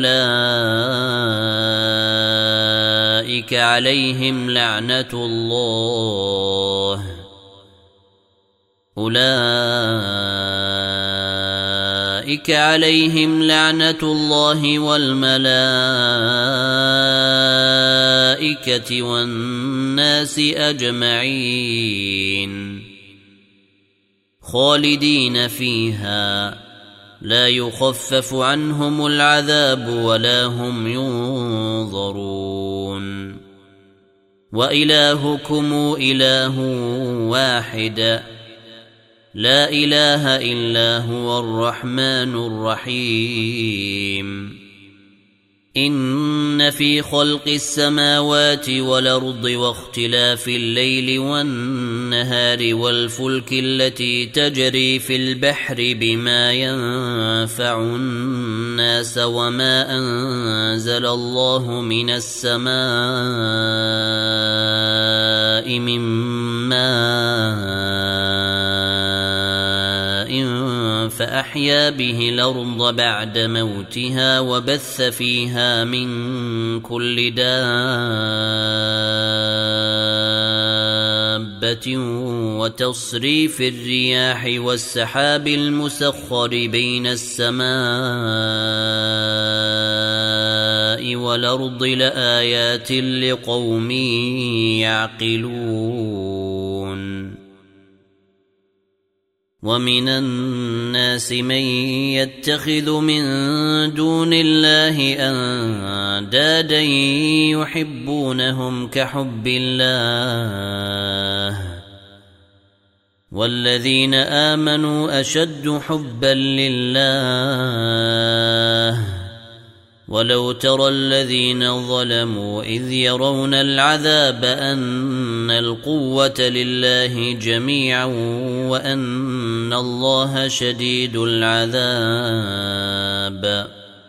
أولئك عليهم لعنة الله أولئك عليهم لعنة الله والملائكة والناس أجمعين خالدين فيها لا يخفف عنهم العذاب ولا هم ينظرون وإلهكم إله واحد لا إله إلا هو الرحمن الرحيم إن في خلق السماوات والأرض واختلاف الليل والنهار والفلك التي تجري في البحر بما ينفع الناس وما أنزل الله من السماء من ماء فأحيا به الأرض بعد موتها وبث فيها من كل دابة وتصريف الرياح والسحاب المسخر بين السماء والأرض لآيات لقوم يعقلون ومن الناس من يتخذ من دون الله أندادا يحبونهم كحب الله والذين آمنوا أشد حبا لله ولو ترى الذين ظلموا إذ يرون العذاب أن القوة لله جميعا وأن الله شديد العذاب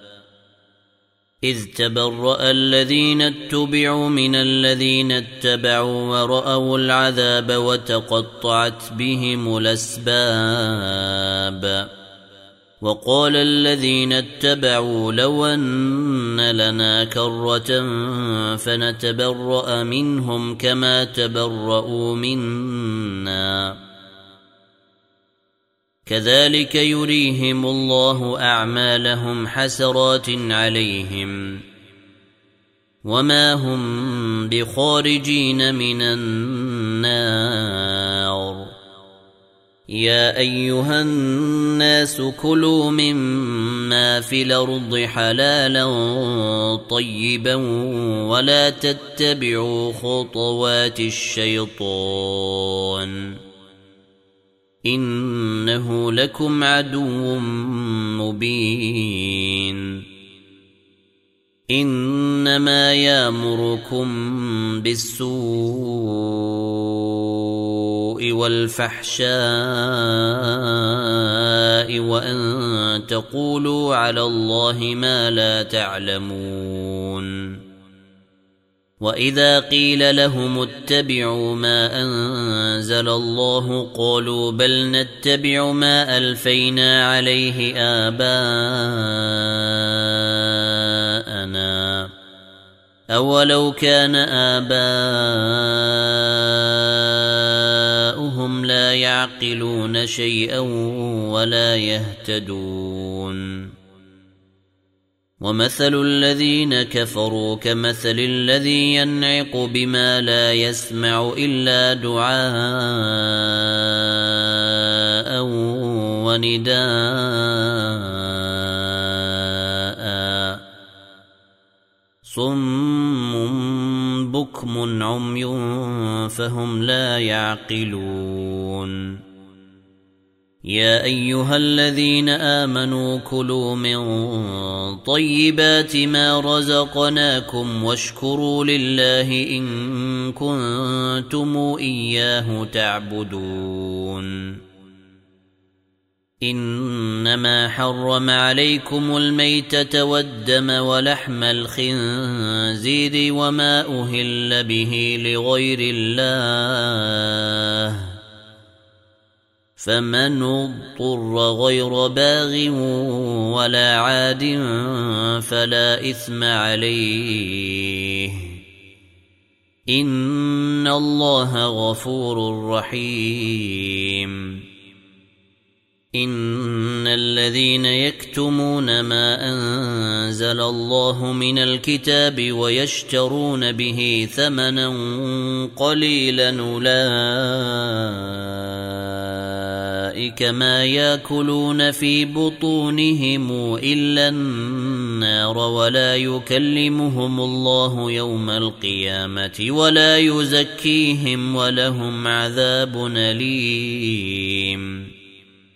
إذ تبرأ الذين اتبعوا من الذين اتبعوا ورأوا العذاب وتقطعت بهم الأسباب وقال الذين اتبعوا لو أن لنا كرة فنتبرأ منهم كما تبرؤوا منا كذلك يريهم الله أعمالهم حسرات عليهم وما هم بخارجين من النار يا أيها الناس كلوا مما في الأرض حلالا طيبا ولا تتبعوا خطوات الشيطان إنه لكم عدو مبين إنما يأمركم بالسوء والفحشاء وأن تقولوا على الله ما لا تعلمون وإذا قيل لهم اتبعوا ما أنزل الله قالوا بل نتبع ما ألفينا عليه آباءنا أولو كان آباؤهم لا يعقلون شيئا ولا يهتدون ومثل الذين كفروا كمثل الذي ينعق بما لا يسمع إلا دعاء ونداء صم بكم عمي فهم لا يعقلون يا أيها الذين آمنوا كلوا من طيبات ما رزقناكم واشكروا لله إن كنتم إياه تعبدون إنما حرم عليكم الميتة والدم ولحم الخنزير وما أهل به لغير الله فمن اضطر غير باغ ولا عاد فلا إثم عليه إن الله غفور رحيم إن الذين يكتمون ما أنزل الله من الكتاب ويشترون به ثمنا قليلا أولئك ما يأكلون في بطونهم إلا النار ولا يكلمهم الله يوم القيامة ولا يزكيهم ولهم عذاب أليم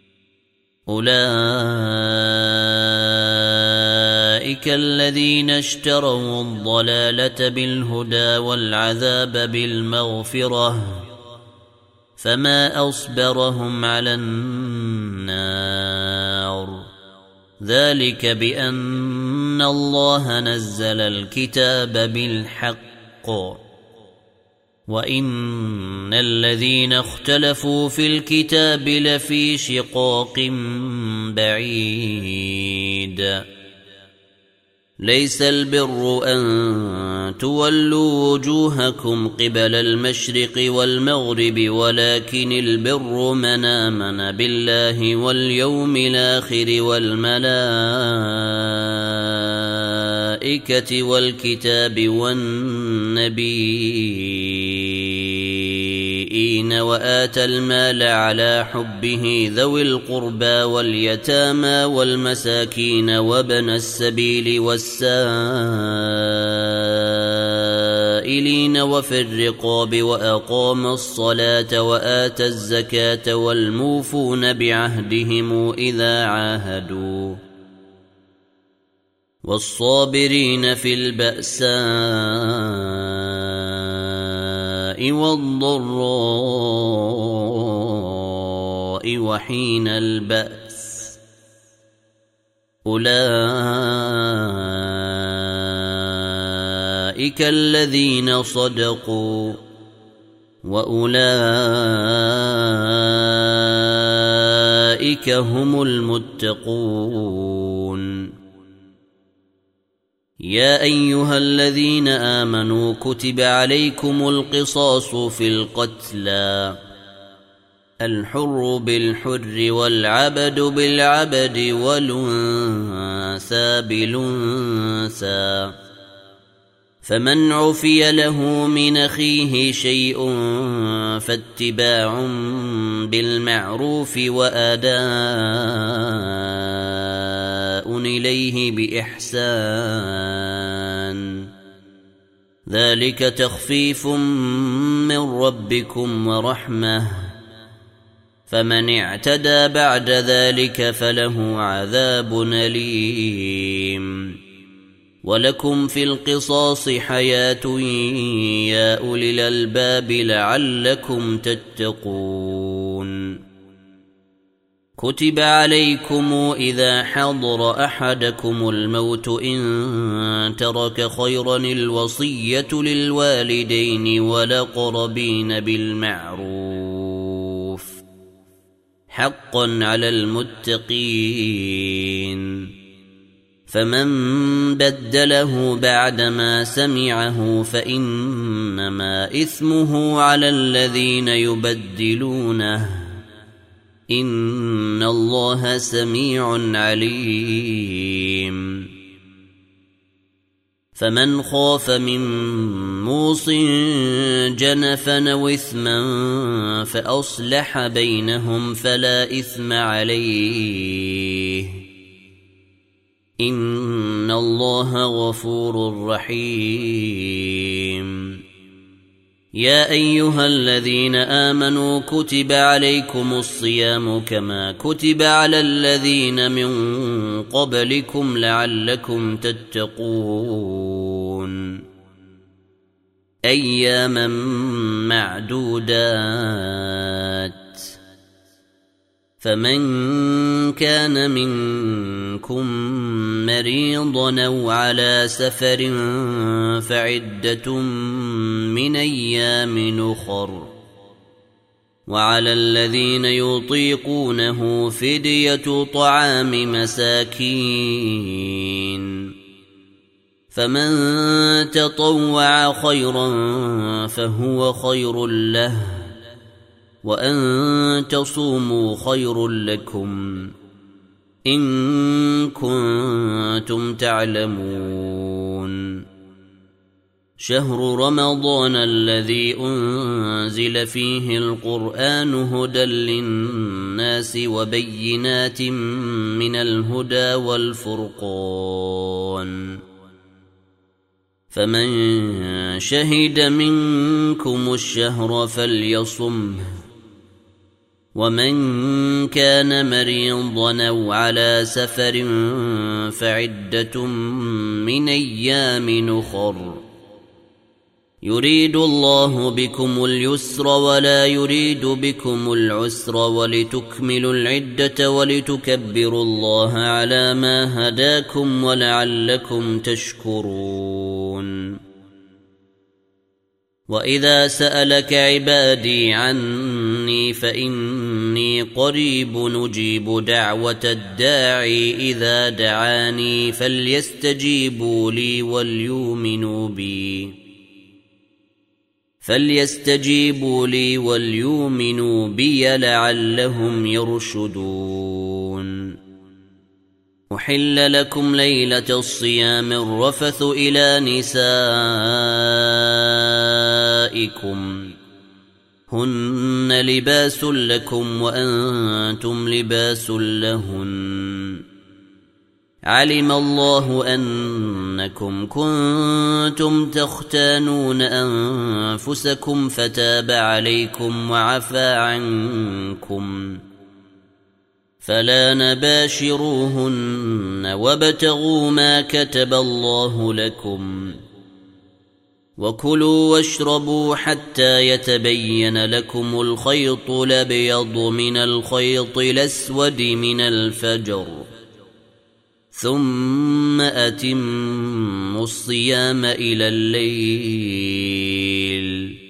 أولئك الذين اشتروا الضلالة بالهدى والعذاب بالمغفرة فما أصبرهم على النار ذلك بأن الله نزل الكتاب بالحق وإن الذين اختلفوا في الكتاب لفي شقاق بعيد ليس البر أن تولوا وجوهكم قبل المشرق والمغرب ولكن البر من آمن بالله واليوم الآخر والملائكة والكتاب والنبيين وآتى المال على حبه ذوي القربى واليتامى والمساكين وابن السبيل والسائلين وفي الرقاب وأقام الصلاة وآتى الزكاة والموفون بعهدهم إذا عاهدوا والصابرين في البأساء والضراء وحين البأس أولئك الذين صدقوا وأولئك هم المتقون يا أيها الذين آمنوا كتب عليكم القصاص في القتلى الحر بالحر والعبد بالعبد والأنثى بالأنثى فمن عفي له من أخيه شيء فاتباع بالمعروف وأداء إليه بإحسان ذلك تخفيف من ربكم ورحمة فمن اعتدى بعد ذلك فله عذاب أليم ولكم في القصاص حياة يا أولي الألباب لعلكم تتقون كتب عليكم إذا حضر أحدكم الموت إن ترك خيرا الوصية للوالدين والأقربين بالمعروف حقا على المتقين فمن بدله بعدما سمعه فإنما إثمه على الذين يبدلونه إن الله سميع عليم فمن خاف من موص جنفا أو إثما فأصلح بينهم فلا إثم عليه إن الله غفور رحيم يا أيها الذين آمنوا كتب عليكم الصيام كما كتب على الذين من قبلكم لعلكم تتقون أياما معدودات فمن كان منكم مريضا أو على سفر فعدة من أيام أخر وعلى الذين يطيقونه فدية طعام مساكين فمن تطوع خيرا فهو خير له وأن تصوموا خير لكم إن كنتم تعلمون شهر رمضان الذي أنزل فيه القرآن هدى للناس وبينات من الهدى والفرقان فمن شهد منكم الشهر فليصمه ومن كان مريضا أو على سفر فعدة من أيام أخر يريد الله بكم اليسر ولا يريد بكم العسر ولتكملوا العدة ولتكبروا الله على ما هداكم ولعلكم تشكرون وإذا سألك عبادي عني فإني قريب نجيب دعوة الداعي إذا دعاني فليستجيبوا لي وليؤمنوا بي فليستجيبوا لي وليؤمنوا بي لعلهم يرشدون أحل لكم ليلة الصيام الرفث إلى نسائكم هن لباس لكم وأنتم لباس لهن علم الله أنكم كنتم تختانون أنفسكم فتاب عليكم وعفى عنكم فلا نباشروهن وابتغوا ما كتب الله لكم وكلوا واشربوا حتى يتبين لكم الخيط الأبيض من الخيط الأسود من الفجر ثم أتموا الصيام إلى الليل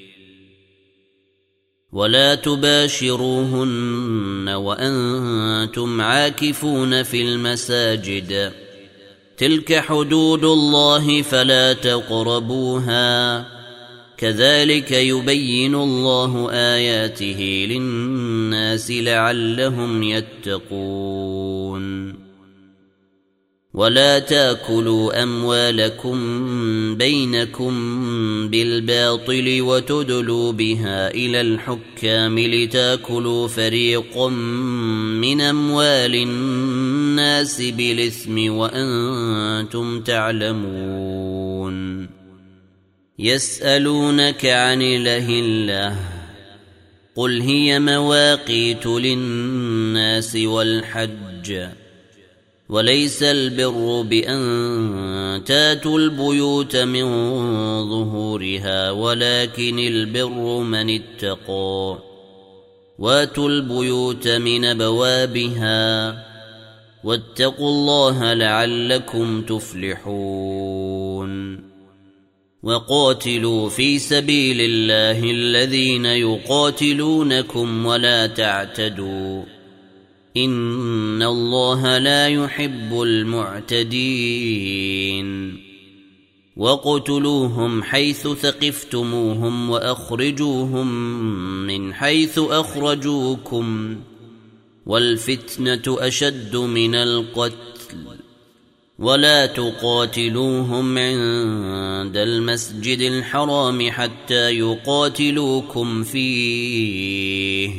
ولا تباشروهن وأنتم عاكفون في المساجد تلك حدود الله فلا تقربوها كذلك يبين الله آياته للناس لعلهم يتقون ولا تاكلوا أموالكم بينكم بالباطل وتدلوا بها إلى الحكام لتاكلوا فريقا من أموال الناس بالإثم وأنتم تعلمون. يسألونك عن الأهلة قل هي مواقيت للناس والحج وليس البر بأن تاتوا البيوت من ظهورها ولكن البر من اتقى واتوا البيوت من أبوابها واتقوا الله لعلكم تفلحون. وقاتلوا في سبيل الله الذين يقاتلونكم ولا تعتدوا إن الله لا يحب المعتدين. وقتلوهم حيث ثقفتموهم وأخرجوهم من حيث أخرجوكم والفتنة أشد من القتل ولا تقاتلوهم عند المسجد الحرام حتى يقاتلوكم فيه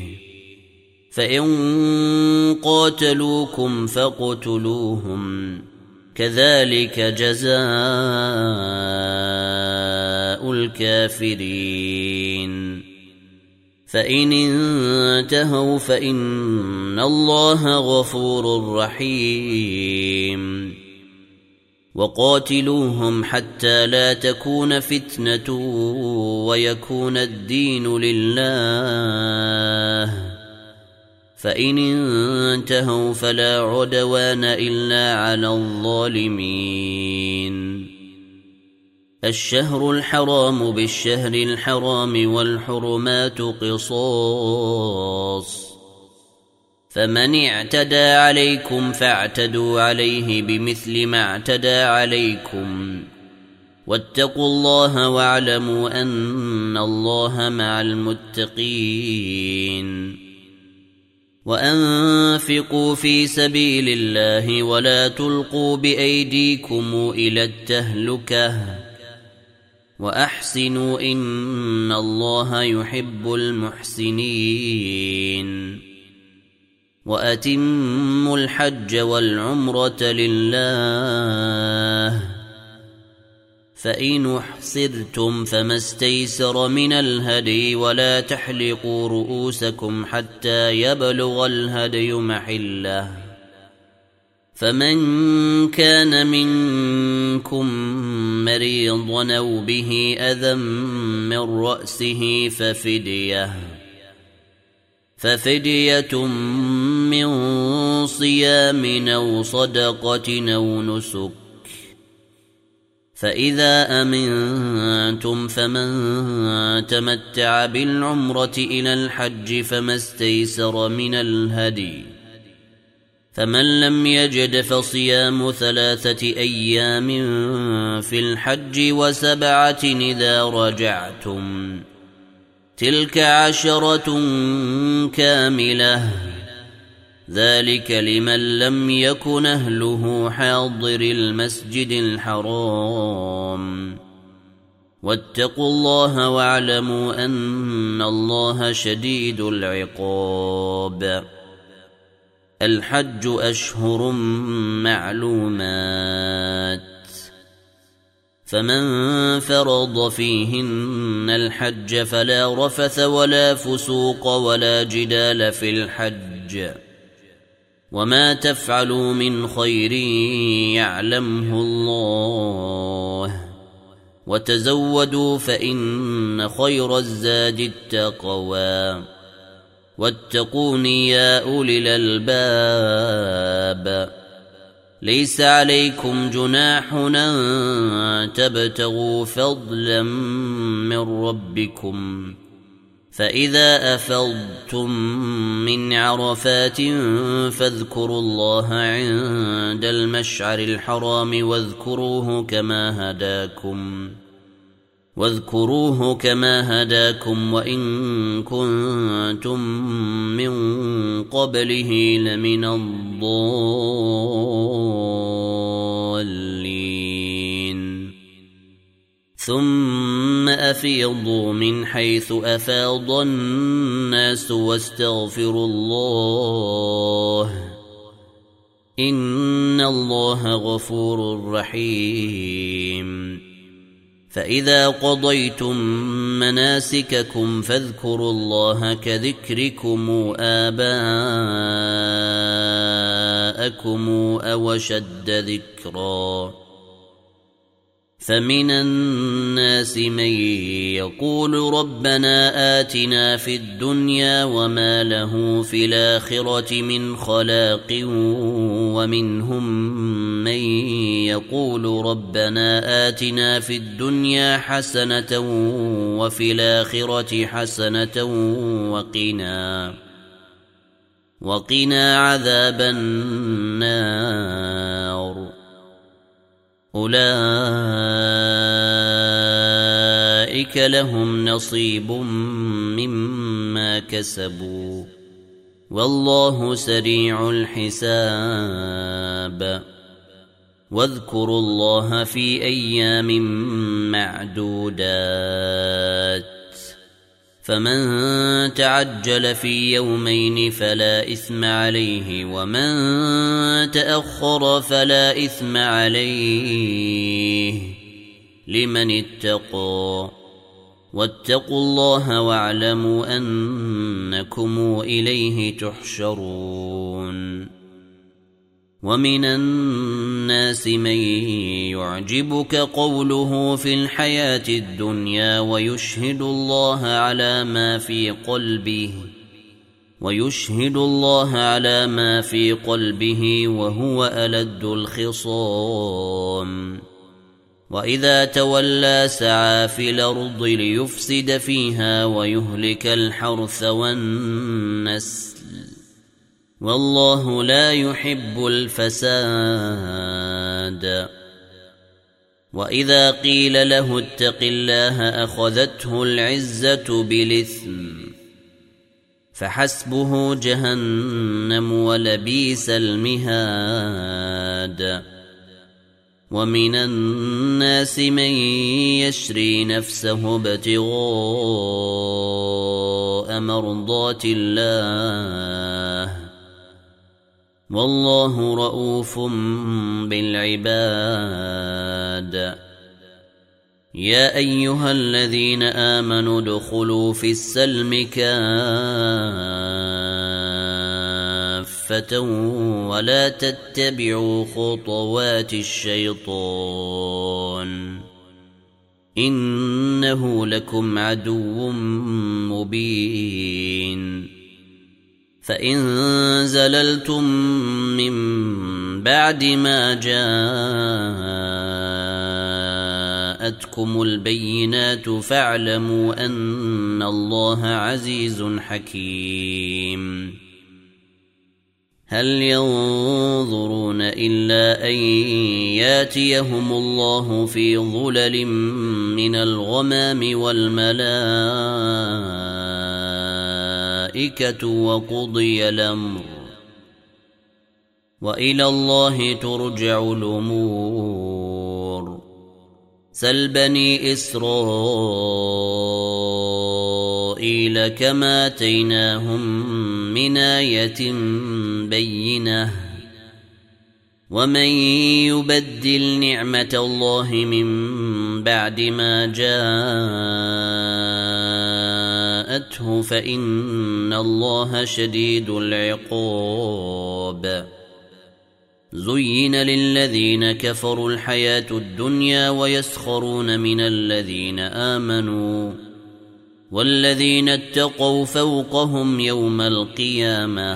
فإن قاتلوكم فاقتلوهم كذلك جزاء الكافرين. فإن انتهوا فإن الله غفور رحيم. وقاتلوهم حتى لا تكون فتنة ويكون الدين لله فإن انتهوا فلا عدوان إلا على الظالمين. الشهر الحرام بالشهر الحرام والحرمات قصاص فمن اعتدى عليكم فاعتدوا عليه بمثل ما اعتدى عليكم واتقوا الله واعلموا أن الله مع المتقين. وأنفقوا في سبيل الله ولا تلقوا بأيديكم إلى التهلكة وأحسنوا إن الله يحب المحسنين. وأتموا الحج والعمرة لله فإن احصرتم فما استيسر من الهدي ولا تحلقوا رؤوسكم حتى يبلغ الهدي محله فمن كان منكم مريضا أو به أذى من رأسه ففدية ففدية من صيام أو صدقة أو نسك فإذا أمنتم فمن تمتع بالعمرة إلى الحج فما استيسر من الهدي فمن لم يجد فصيام ثلاثة أيام في الحج وسبعة إذا رجعتم تلك عشرة كاملة ذلك لمن لم يكن أهله حاضر المسجد الحرام واتقوا الله واعلموا أن الله شديد العقاب. الحج أشهر معلومات فمن فرض فيهن الحج فلا رفث ولا فسوق ولا جدال في الحج وما تفعلوا من خير يعلمه الله وتزودوا فإن خير الزاد التقوى واتقون يا أولي الألباب. ليس عليكم جناح أن تبتغوا فضلا من ربكم فإذا أفضتم من عرفات فاذكروا الله عند المشعر الحرام واذكروه كما هداكم واذكروه كما هداكم وإن كنتم من قبله لمن الضالين ثم أفيضوا من حيث أفاض الناس واستغفروا الله إن الله غفور رحيم فإذا قضيتم مناسككم فاذكروا الله كذكركم آباءكم أو أشد ذكرا فمن الناس من يقول ربنا آتنا في الدنيا وما له في الآخرة من خلاق ومنهم من يقول ربنا آتنا في الدنيا حسنة وفي الآخرة حسنة وقنا وقنا عذاب النار أولئك لهم نصيب مما كسبوا والله سريع الحساب واذكروا الله في أيام معدودات فمن تعجل في يومين فلا إثم عليه ومن تأخر فلا إثم عليه لمن اتقى واتقوا الله واعلموا أنكم إليه تحشرون ومن الناس من يعجبك قوله في الحياة الدنيا ويشهد الله على ما في قلبه ويشهد الله على ما في قلبه وهو ألد الخصام وإذا تولى سعى في الأرض ليفسد فيها ويهلك الحرث والنسل والله لا يحب الفساد وإذا قيل له اتق الله أخذته العزة بالإثم فحسبه جهنم ولبئس المهاد ومن الناس من يشري نفسه ابتغاء مرضات الله والله رؤوف بالعباد يا أيها الذين آمنوا ادخلوا في السلم كافة ولا تتبعوا خطوات الشيطان إنه لكم عدو مبين فإن زللتم من بعد ما جاءتكم البينات فاعلموا أن الله عزيز حكيم هل ينظرون إلا أن ياتيهم الله في ظلل من الغمام والملائكة وقضي الأمر وإلى الله ترجع الأمور سل بني إسرائيل كما آتيناهم من آية بينة ومن يبدل نعمة الله من بعد ما جاءته فإن الله شديد العقاب زين للذين كفروا الحياة الدنيا ويسخرون من الذين آمنوا والذين اتقوا فوقهم يوم القيامة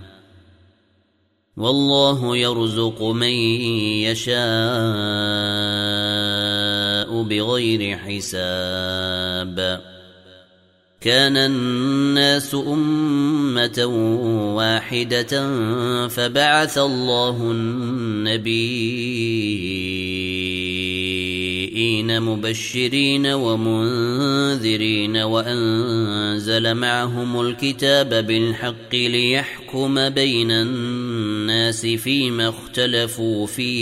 والله يرزق من يشاء بغير حساب كان الناس أمة واحدة فبعث الله النبي نبيين مبشرين ومنذرين وأنزل معهم الكتاب بالحق ليحكم بين الناس فيما اختلفوا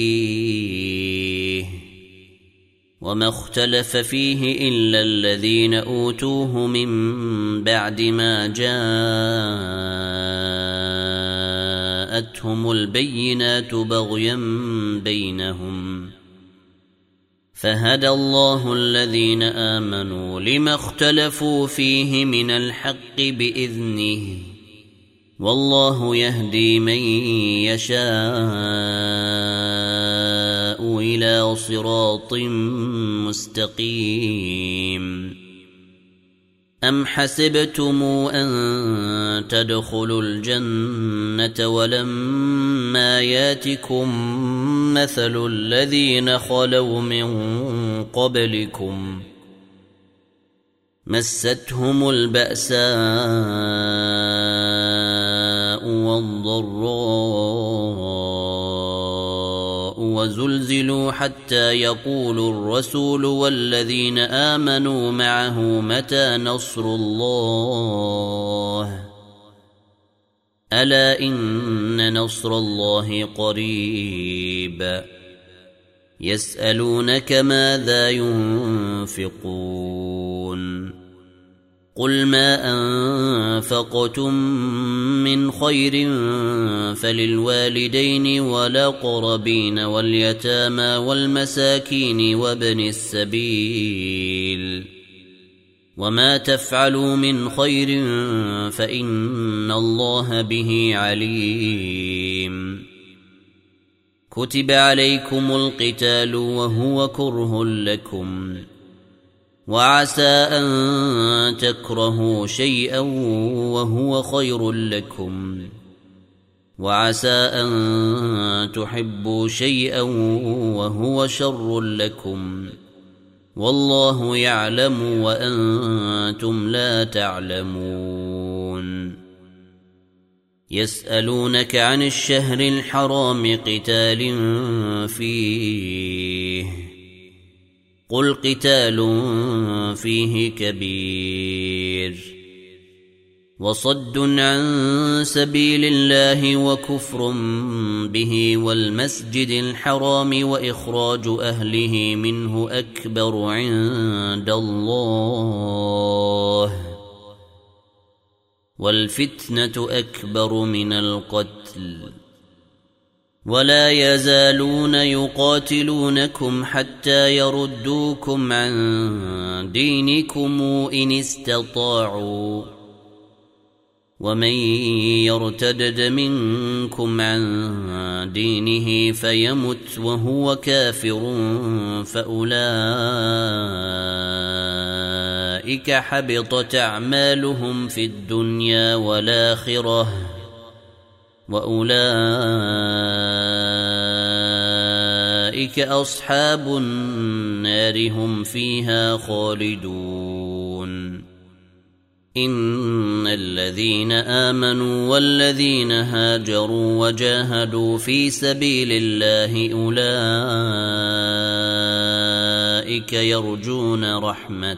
فيه وما اختلف فيه إلا الذين أوتوه من بعد ما جاءتهم البينات بغيا بينهم فهدى الله الذين آمنوا لما اختلفوا فيه من الحق بإذنه والله يهدي من يشاء إلى صراط مستقيم أم حسبتم أن تدخلوا الجنة ولما ياتكم مثل الذين خلوا من قبلكم مستهم البأساء والضراء وزلزلوا حتى يقول الرسول والذين آمنوا معه متى نصر الله ألا إن نصر الله قريب يسألونك ماذا ينفقون قل ما أنفقتم من خير فللوالدين والأقربين واليتامى والمساكين وابن السبيل وما تفعلوا من خير فإن الله به عليم كتب عليكم القتال وهو كره لكم وعسى أن تكرهوا شيئا وهو خير لكم وعسى أن تحبوا شيئا وهو شر لكم والله يعلم وأنتم لا تعلمون يسألونك عن الشهر الحرام قتال فيه قل قتال فيه كبير وصد عن سبيل الله وكفر به والمسجد الحرام وإخراج أهله منه أكبر عند الله والفتنة أكبر من القتل ولا يزالون يقاتلونكم حتى يردوكم عن دينكم إن استطاعوا ومن يرتدد منكم عن دينه فيمت وهو كافر فأولئك حبطت أعمالهم في الدنيا والآخرة وأولئك أصحاب النار هم فيها خالدون إن الذين آمنوا والذين هاجروا وجاهدوا في سبيل الله أولئك يرجون رحمة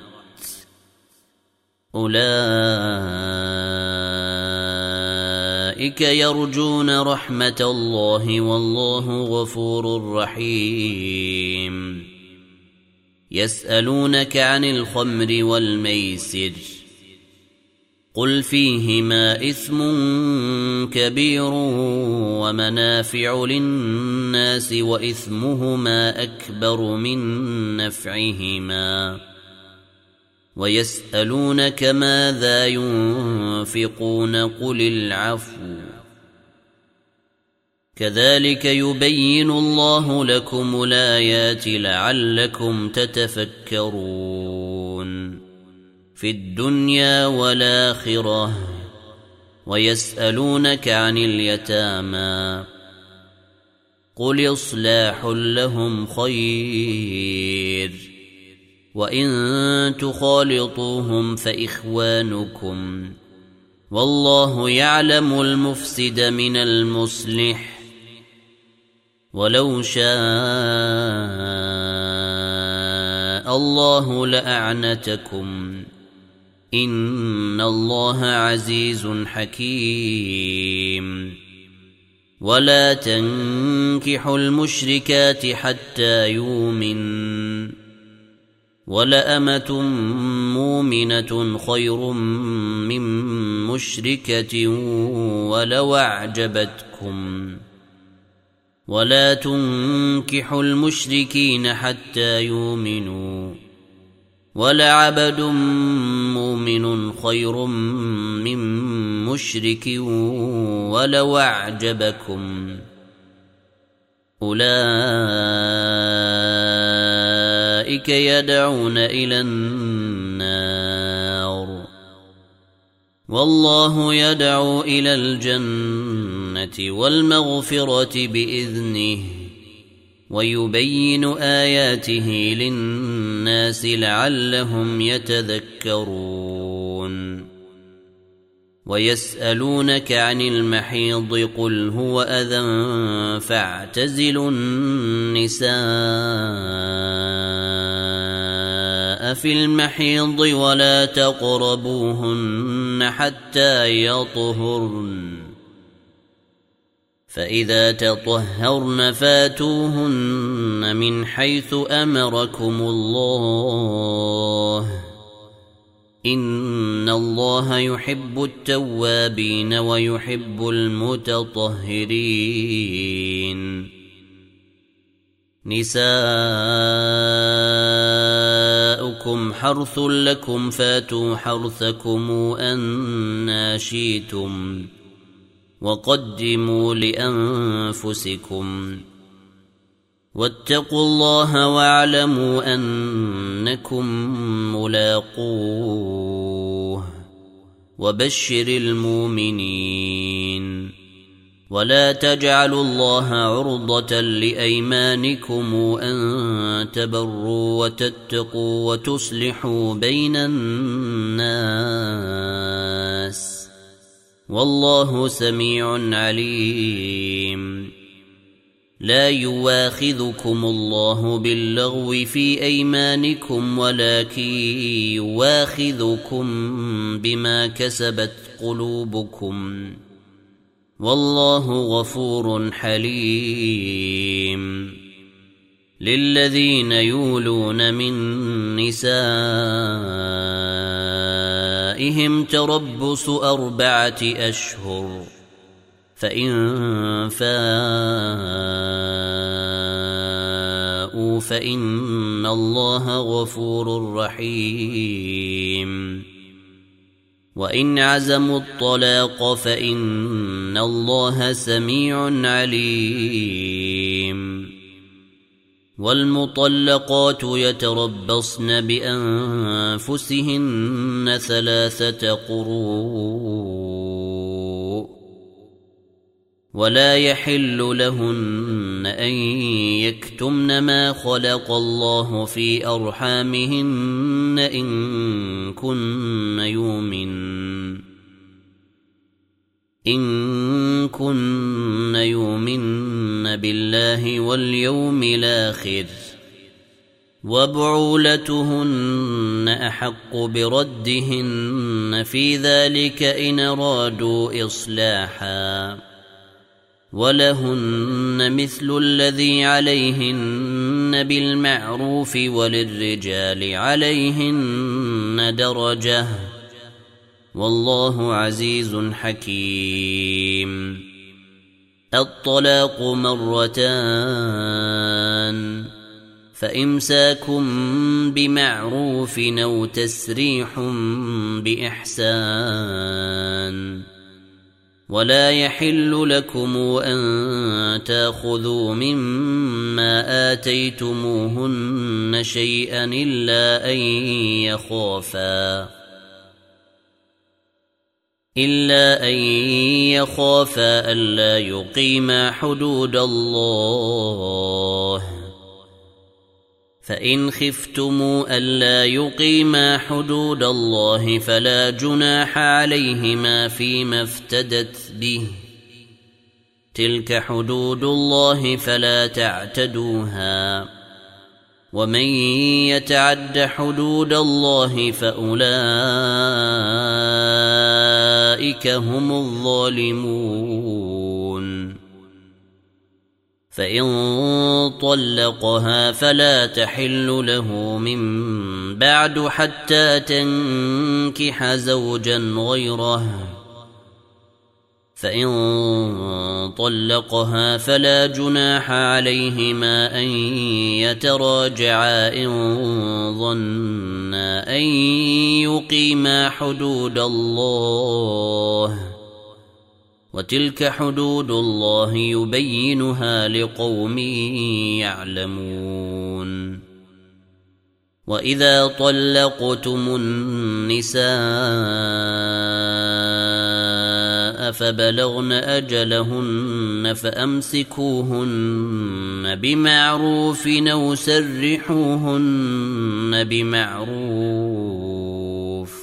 أولئك يرجون رحمة الله والله غفور رحيم يسألونك عن الخمر والميسر قل فيهما إثم كبير ومنافع للناس وإثمهما أكبر من نفعهما ويسألونك ماذا ينفقون قل العفو كذلك يبين الله لكم الآيات لعلكم تتفكرون في الدنيا والآخرة ويسألونك عن اليتامى قل إصلاح لهم خير وإن تخالطوهم فإخوانكم والله يعلم المفسد من المصلح ولو شاء الله لأعنتكم إن الله عزيز حكيم. ولا تنكحوا المشركات حتى يؤمن ولأمة مؤمنة خير من مشركة ولو أعجبتكم. ولا تنكحوا المشركين حتى يؤمنوا ولعبد مؤمن خير من مشرك ولو أعجبكم. أولئك يدعون إلى النار والله يدعو إلى الجنة والمغفرة بإذنه ويبين آياته للناس لعلهم يتذكرون. ويسألونك عن المحيض قل هو أذى فاعتزلوا النساء في المحيض ولا تقربوهن حتى يطهرن فإذا تطهرن فاتوهن من حيث أمركم الله إن الله يحب التوابين ويحب المتطهرين. نساؤكم حرث لكم فاتوا حرثكم أنى شئتم وقدموا لأنفسكم واتقوا الله واعلموا أنكم ملاقوه وبشر المؤمنين. ولا تجعلوا الله عرضة لأيمانكم أن تبروا وتتقوا وتصلحوا بين الناس والله سميع عليم. لا يواخذكم الله باللغو في أيمانكم ولكن يواخذكم بما كسبت قلوبكم والله غفور حليم. للذين يولون من نسائهم تربص أربعة أشهر فإن فاءوا فإن الله غفور رحيم. وإن عزموا الطلاق فإن الله سميع عليم. والمطلقات يتربصن بأنفسهن ثلاثة قروء ولا يحل لهن أن يكتمن ما خلق الله في أرحامهن إن كن يؤمن إن كن يؤمن بالله واليوم الآخر وبعولتهن أحق بردهن في ذلك إن أرادوا إصلاحا ولهن مثل الذي عليهن بالمعروف وللرجال عليهن درجة والله عزيز حكيم. الطلاق مرتان فإمساكم بمعروف أو تسريح بإحسان ولا يحل لكم أن تأخذوا مما آتيتموهن شيئا إلا أن يخافا إلا أن يخافا ألا يقيما حدود الله فإن خفتموا ألا يقيما حدود الله فلا جناح عليهما فيما افتدت به تلك حدود الله فلا تعتدوها ومن يتعد حدود الله فأولئك هم الظالمون. فإن طلقها فلا تحل له من بعد حتى تنكح زوجا غيره، فإن طلقها فلا جناح عليهما أن يتراجعا إن ظنا أن يقيما حدود الله، وتلك حدود الله يبينها لقوم يعلمون. وإذا طلقتم النساء فبلغن أجلهن فأمسكوهن بمعروف أو سرحوهن بمعروف،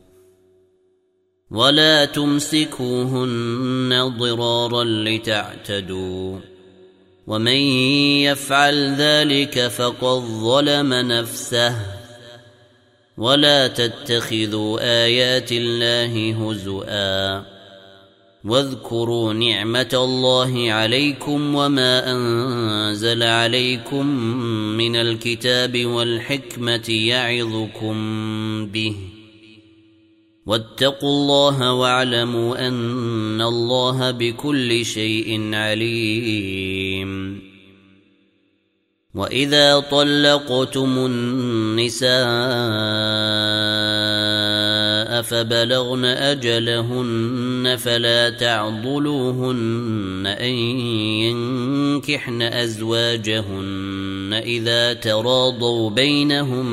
ولا تمسكوهن ضرارا لتعتدوا، ومن يفعل ذلك فقد ظلم نفسه. ولا تتخذوا آيات الله هزؤا، واذكروا نعمة الله عليكم وما أنزل عليكم من الكتاب والحكمة يعظكم به، واتقوا الله واعلموا أن الله بكل شيء عليم. وإذا طلقتم النساء فبلغن أجلهن فلا تعضلوهن أن ينكحن أزواجهن إذا تراضوا بينهم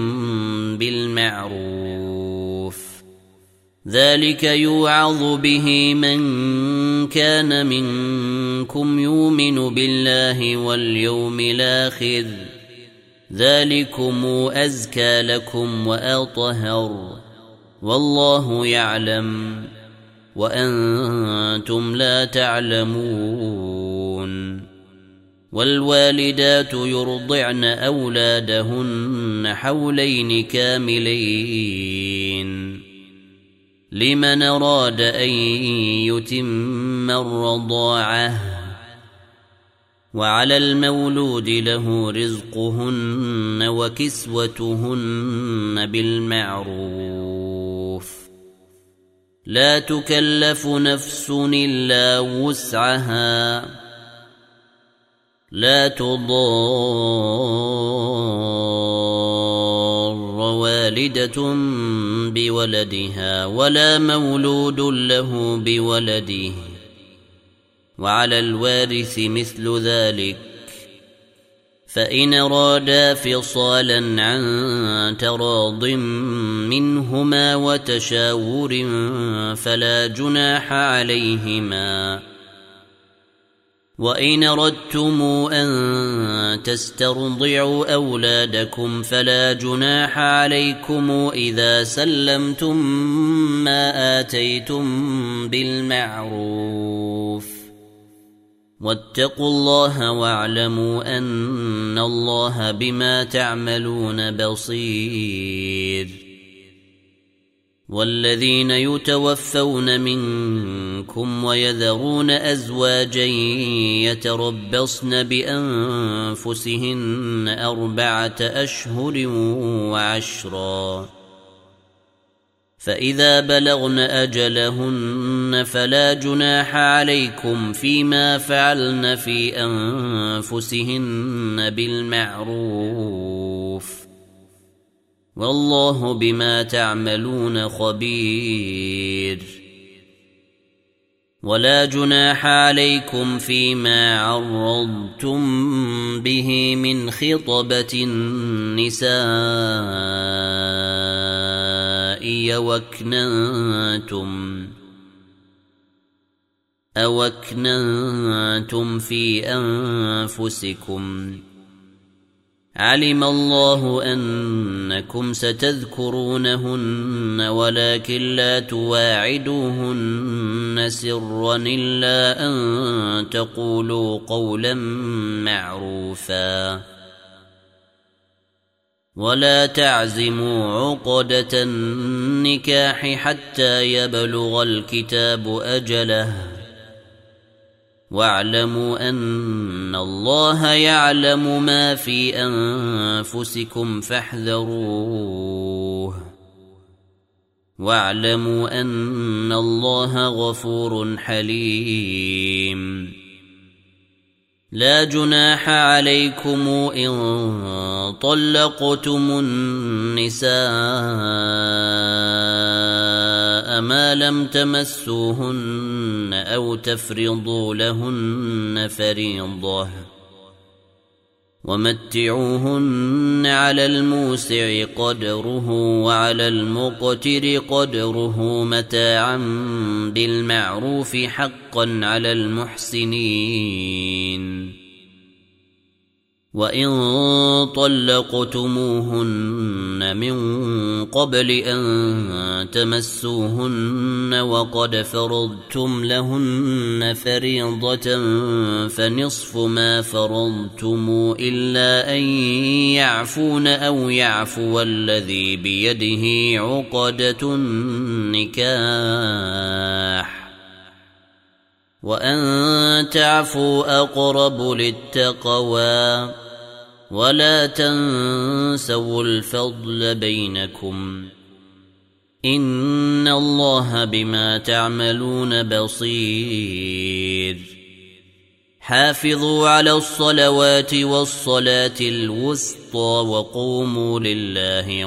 بالمعروف، ذلك يوعظ به من كان منكم يؤمن بالله واليوم الآخر، ذلكم أزكى لكم وأطهر، والله يعلم وأنتم لا تعلمون. والوالدات يرضعن أولادهن حولين كاملين لمن أراد أن يتم الرضاعة، وعلى المولود له رزقهن وكسوتهن بالمعروف، لا تكلف نفس إلا وسعها، لا تضار والدة بولدها ولا مولود له بولده، وعلى الوارث مثل ذلك، فإن أرادا فصالا عن تراض منهما وتشاور فلا جناح عليهما. وإن أردتم أن تسترضعوا أولادكم فلا جناح عليكم إذا سلمتم ما آتيتم بالمعروف، واتقوا الله واعلموا أن الله بما تعملون بصير. والذين يتوفون منكم ويذرون أزواجا يتربصن بأنفسهن أربعة أشهر وعشرا، فإذا بلغن أجلهن فلا جناح عليكم فيما فعلن في أنفسهن بالمعروف، والله بما تعملون خبير. ولا جناح عليكم فيما عرضتم به من خطبة النساء وأكننتم أو أكننتم في أنفسكم، علم الله أنكم ستذكرونهن ولكن لا تواعدوهن سرا إلا أن تقولوا قولا معروفا، ولا تعزموا عقدة النكاح حتى يبلغ الكتاب أجله واعلموا أن الله يعلم ما في أنفسكم فاحذروه واعلموا أن الله غفور حليم. لا جناح عليكم إن طلقتم النساء ما لم تمسوهن أو تفرضوا لهن فريضة ومتعوهن على الموسع قدره وعلى المقتر قدره متاعا بالمعروف حقا على المحسنين. وإن طلقتموهن من قبل أن تمسوهن وقد فرضتم لهن فريضة فنصف ما فرضتم إلا أن يعفون أو يعفو الذي بيده عقدة النكاح وأن تعفوا أقرب للتقوى ولا تنسوا الفضل بينكم إن الله بما تعملون بصير. حافظوا على الصلوات والصلاة الوسطى وقوموا لله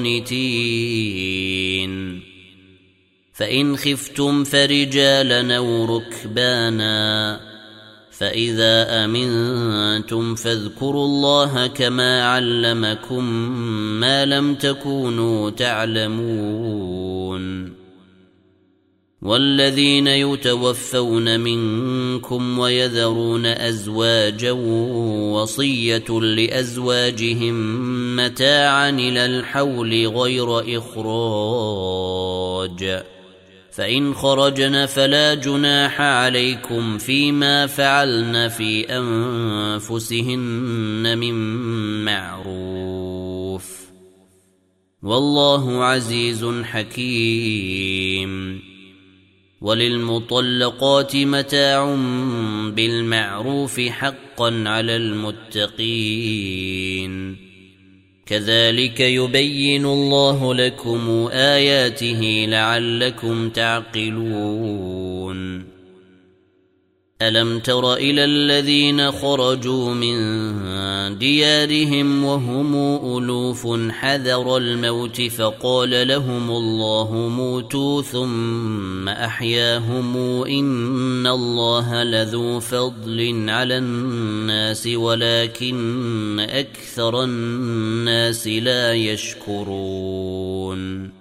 قانتين. فإن خفتم فرجالا أو ركبانا فإذا أمنتم فاذكروا الله كما علمكم ما لم تكونوا تعلمون. والذين يتوفون منكم ويذرون أزواجا وصية لأزواجهم متاعا إلى الحول غير إخراج فإن خرجن فلا جناح عليكم فيما فعلن في أنفسهن من معروف والله عزيز حكيم. وللمطلقات متاع بالمعروف حقا على المتقين كذلك يبين الله لكم آياته لعلكم تعقلون. ألم تر إلى الذين خرجوا من ديارهم وهم ألوف حذر الموت فقال لهم الله موتوا ثم أحياهم إن الله لذو فضل على الناس ولكن أكثر الناس لا يشكرون.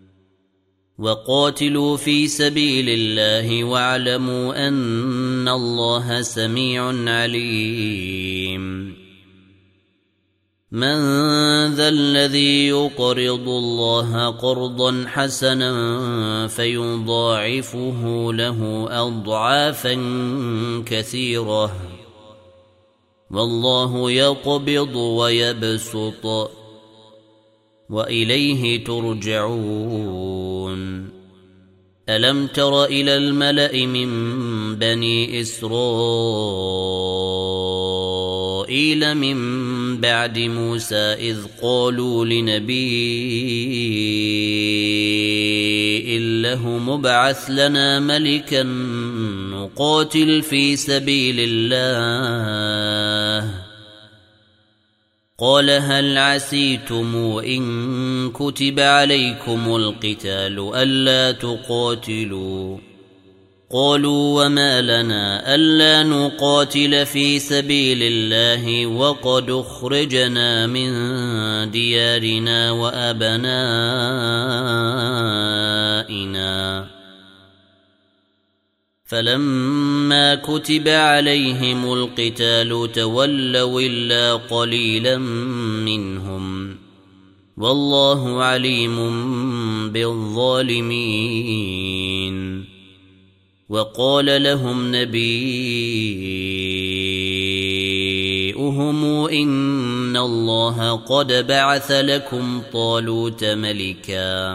وقاتلوا في سبيل الله واعلموا أن الله سميع عليم. من ذا الذي يقرض الله قرضا حسنا فيضاعفه له أضعافا كثيرة والله يقبض ويبسط وإليه ترجعون. ألم تر إلى الملأ من بني إسرائيل من بعد موسى إذ قالوا لنبي له مبعث لنا ملكا نقاتل في سبيل الله قال هل عسيتم إن كتب عليكم القتال ألا تقاتلوا قالوا وما لنا ألا نقاتل في سبيل الله وقد أخرجنا من ديارنا وأبنائنا فلما كتب عليهم القتال تولوا إلا قليلا منهم والله عليم بالظالمين. وقال لهم نبيئهم إن الله قد بعث لكم طالوت ملكا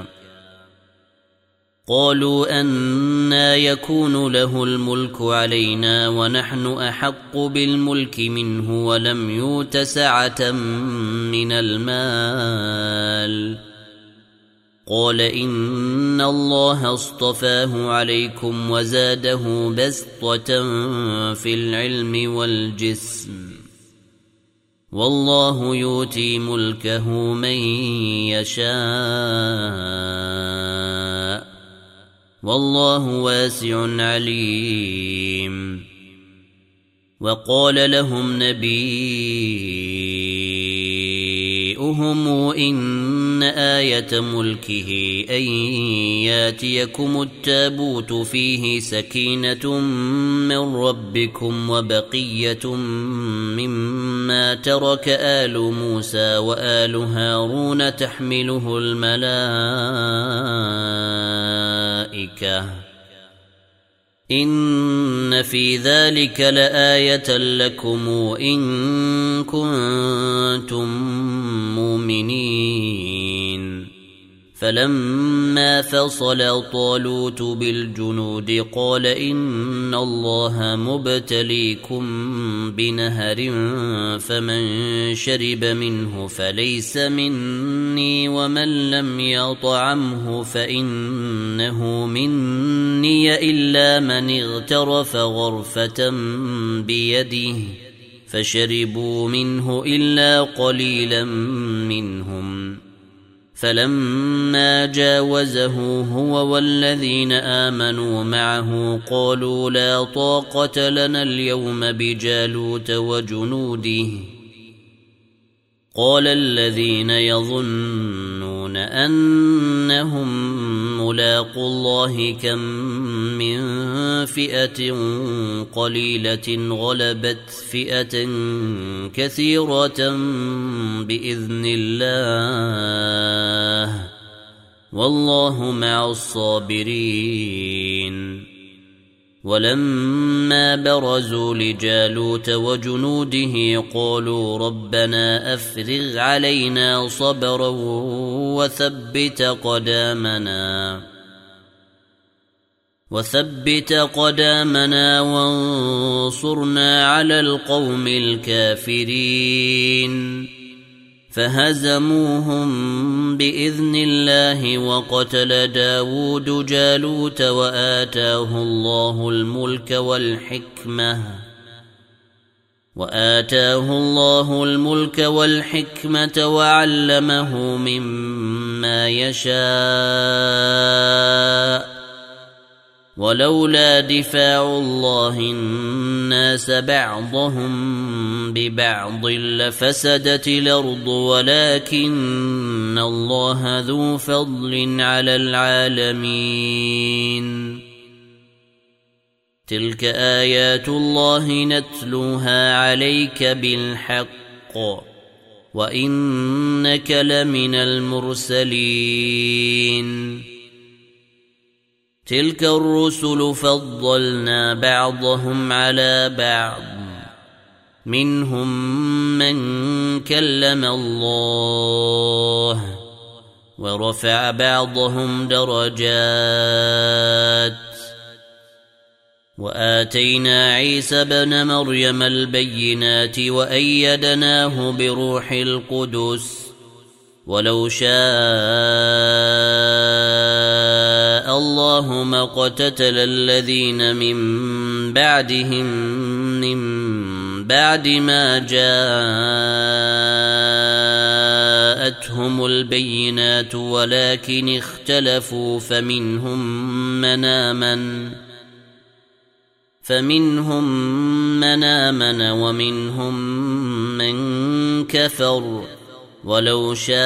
قالوا أنى يكون له الملك علينا ونحن أحق بالملك منه ولم يؤت سعة من المال قال إن الله اصطفاه عليكم وزاده بسطة في العلم والجسم والله يؤتي ملكه من يشاء والله واسع عليم. وقال لهم نبيهم إن آية ملكه أن ياتيكم التابوت فيه سكينة من ربكم وبقية مما ترك آل موسى وآل هارون تحمله الملائكة إن في ذلك لآية لكم إن كنتم مؤمنين. فلما فصل طالوت بالجنود قال إن الله مبتليكم بنهر فمن شرب منه فليس مني ومن لم يطعمه فإنه مني إلا من اغترف غرفة بيده فشربوا منه إلا قليلا منهم. فلما جاوزه هو والذين آمنوا معه قالوا لا طاقة لنا اليوم بجالوت وجنوده قال الذين يظنون أنهم ملاقو الله كم من فئة قليلة غلبت فئة كثيرة بإذن الله والله مع الصابرين. ولما برزوا لجالوت وجنوده قالوا ربنا أفرغ علينا صبرا وثبت قدامنا وثبت قدامنا وانصرنا على القوم الكافرين. فهزموهم بإذن الله وقتل داود جالوت وآتاه الله الملك والحكمة وآتاه الله الملك والحكمة وعلمه مما يشاء ولولا دفاع الله الناس بعضهم ببعض لفسدت الأرض ولكن الله ذو فضل على العالمين. تلك آيات الله نتلوها عليك بالحق وإنك لمن المرسلين. تلك الرسل فضلنا بعضهم على بعض منهم من كلم الله ورفع بعضهم درجات وآتينا عيسى ابن مريم البينات وأيدناه بروح القدس ولو شاء الله ما اقتتل الذين من بعدهم من بعد ما جاءتهم البينات ولكن اختلفوا فمنهم من آمن فمنهم من آمن ومنهم من كفر ولو شاء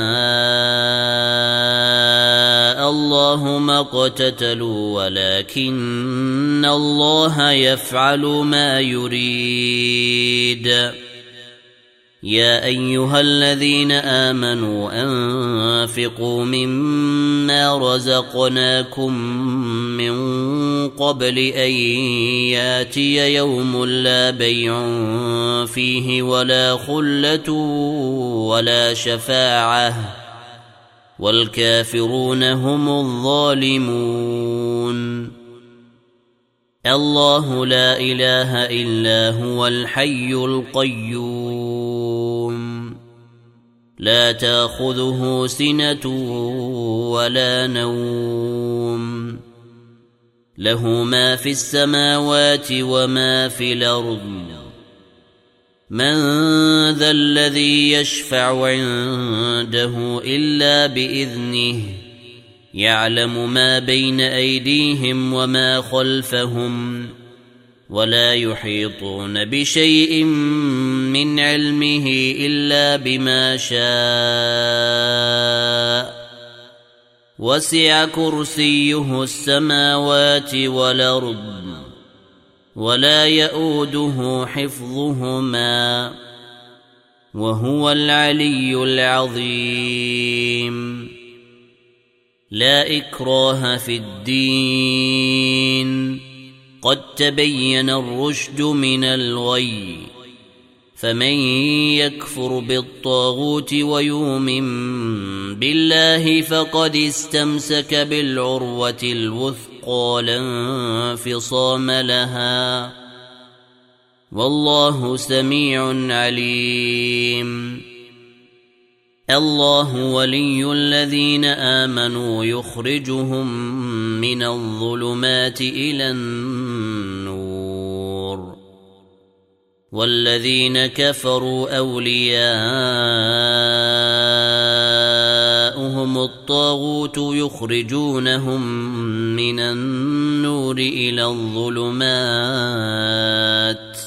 الله ما اقتتلوا ولكن الله يفعل ما يريد. يا أيها الذين آمنوا أنفقوا مما رزقناكم من قبل أن ياتي يوم لا بيع فيه ولا خلة ولا شفاعة والكافرون هم الظالمون. الله لا إله إلا هو الحي القيوم لا تأخذه سنة ولا نوم له ما في السماوات وما في الأرض من ذا الذي يشفع عنده إلا بإذنه يعلم ما بين أيديهم وما خلفهم ولا يحيطون بشيء من علمه إلا بما شاء وسع كرسيه السماوات والأرض ولا يؤوده حفظهما وهو العلي العظيم. لا إكراه في الدين قد تبين الرشد من الغي فمن يكفر بالطاغوت ويؤمن بالله فقد استمسك بالعروة الوثقى لا انفصام لها والله سميع عليم. الله ولي الذين آمنوا يخرجهم من الظلمات إلى النور والذين كفروا أولياؤهم الطاغوت يخرجونهم من النور إلى الظلمات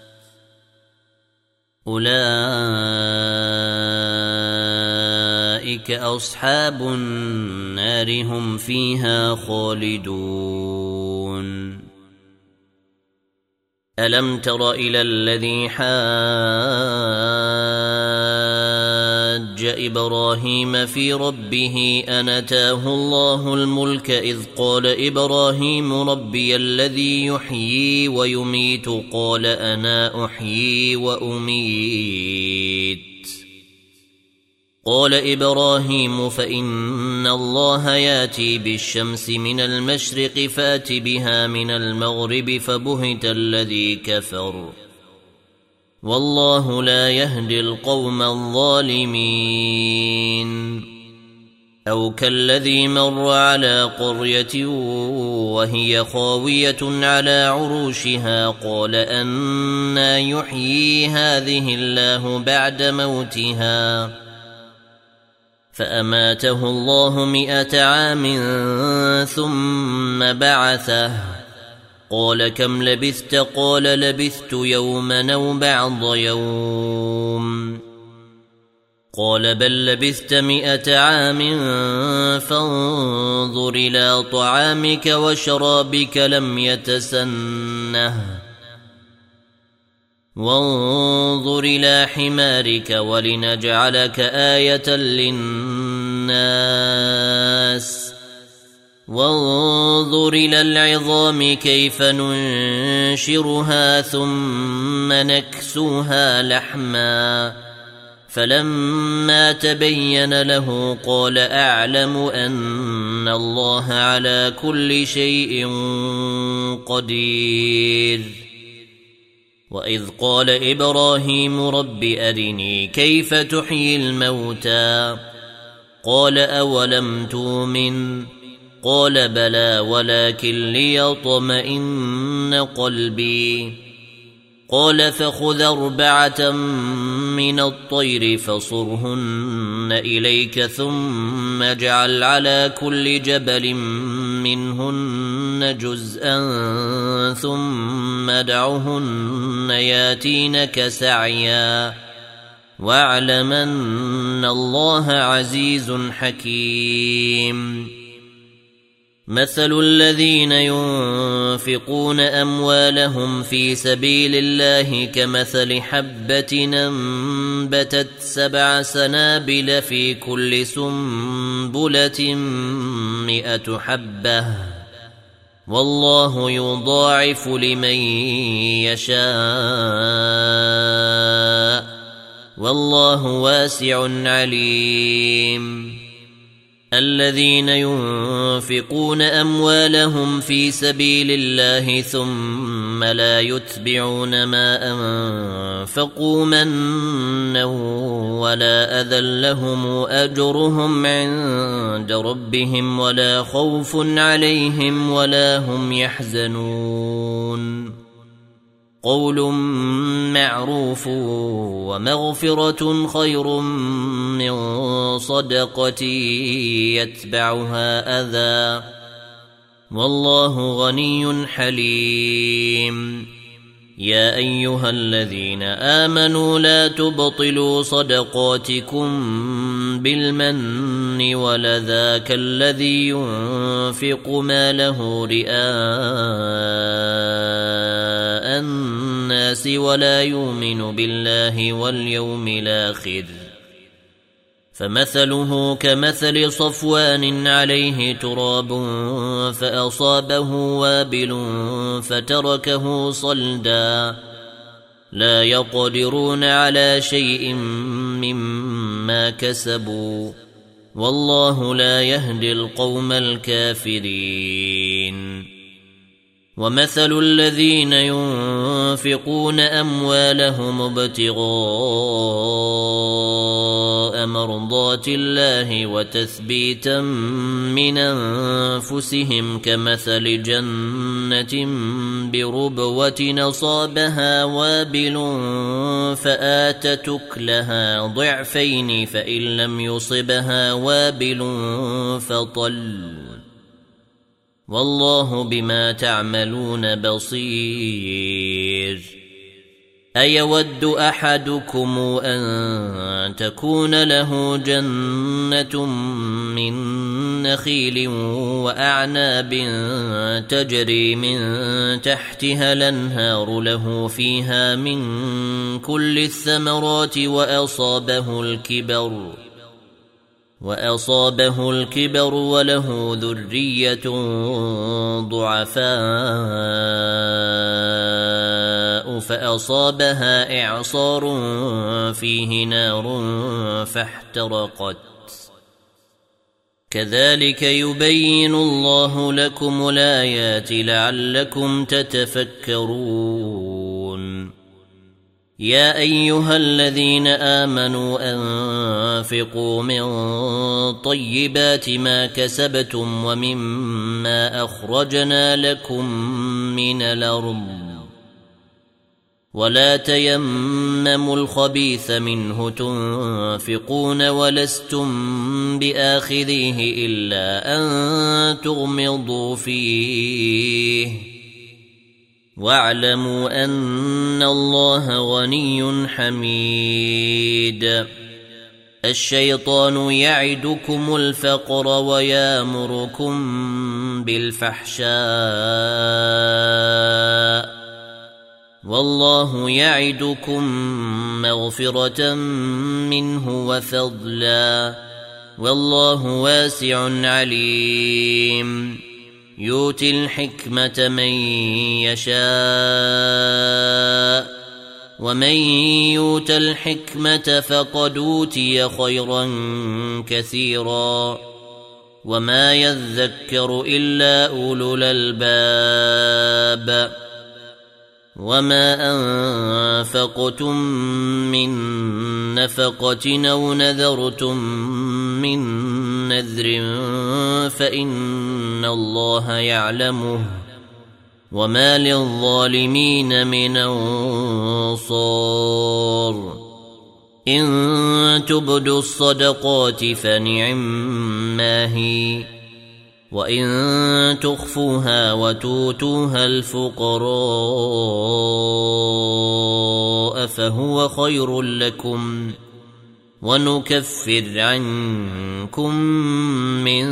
أولئك أصحاب النار هم فيها خالدون. ألم تر إلى الذي حاج إبراهيم في ربه أن آتاه الله الملك إذ قال إبراهيم ربي الذي يحيي ويميت قال أنا أحيي وأميت قال إبراهيم فإن الله ياتي بالشمس من المشرق فات بها من المغرب فبهت الذي كفر والله لا يهدي القوم الظالمين. أو كالذي مر على قرية وهي خاوية على عروشها قال أنى يحيي هذه الله بعد موتها فأماته الله مئة عام ثم بعثه قال كم لبثت قال لبثت يوما أو بعض يوم قال بل لبثت مئة عام فانظر إلى طعامك وشرابك لم يتسنه وانظر إلى حمارك ولنجعلك آية للناس وانظر إلى العظام كيف ننشرها ثم نكسوها لحما فلما تبين له قال أعلم أن الله على كل شيء قدير. وإذ قال إبراهيم رب أرني كيف تحيي الموتى قال أولم تؤمن قال بلى ولكن ليطمئن قلبي قال فخذ أربعة من الطير فصرهن إليك ثم اجعل على كل جبل منهن جزءا ثم ادعهن ياتينك سعيا واعلم أن الله عزيز حكيم. مثل الذين ينفقون أموالهم في سبيل الله كمثل حبة أنبتت سبع سنابل في كل سنبلة مئة حبة والله يضاعف لمن يشاء والله واسع عليم. الذين ينفقون أموالهم في سبيل الله ثم لا يتبعون ما أنفقوا منا ولا أذى لهم أجرهم عند ربهم ولا خوف عليهم ولا هم يحزنون. قول معروف ومغفرة خير من صدقة يتبعها أذى والله غني حليم. يا أيها الذين آمنوا لا تبطلوا صدقاتكم بالمن والأذى كالذي ينفق ماله رئاء الناس ولا يؤمن بالله واليوم الآخر فمثله كمثل صفوان عليه تراب فأصابه وابل فتركه صلدا لا يقدرون على شيء مما كسبوا والله لا يهدي القوم الكافرين. ومثل الذين ينفقون أموالهم ابتغاء مرضات الله وتثبيتا من أنفسهم كمثل جنة بربوة أصابها وابل فآتت أكلها ضعفين فإن لم يصبها وابل فطل والله بما تعملون بصير. أيود أحدكم أن تكون له جنة من نخيل وأعناب تجري من تحتها الأنهار له فيها من كل الثمرات وأصابه الكبر وأصابه الكبر وله ذرية ضعفاء فأصابها إعصار فيه نار فاحترقت كذلك يبين الله لكم الآيات لعلكم تتفكرون. يا أيها الذين آمنوا أنفقوا من طيبات ما كسبتم ومما أخرجنا لكم من الأرض ولا تيمموا الخبيث منه تنفقون ولستم بآخذيه إلا أن تغمضوا فيه واعلموا أن الله غني حميد. الشيطان يعدكم الفقر ويامركم بالفحشاء والله يعدكم مغفرة منه وفضلا والله واسع عليم. يؤتي الحكمة من يشاء ومن يؤت الحكمة فقد أوتي خيرا كثيرا وما يذكر إلا أولو الألباب. وما أنفقتم من نفقة أو نذرتم من نذر فإن الله يعلمه وما للظالمين من أنصار. إن تبدوا الصدقات فنعما هي وإن تخفوها وتؤتوها الفقراء فهو خير لكم ونكفر عنكم من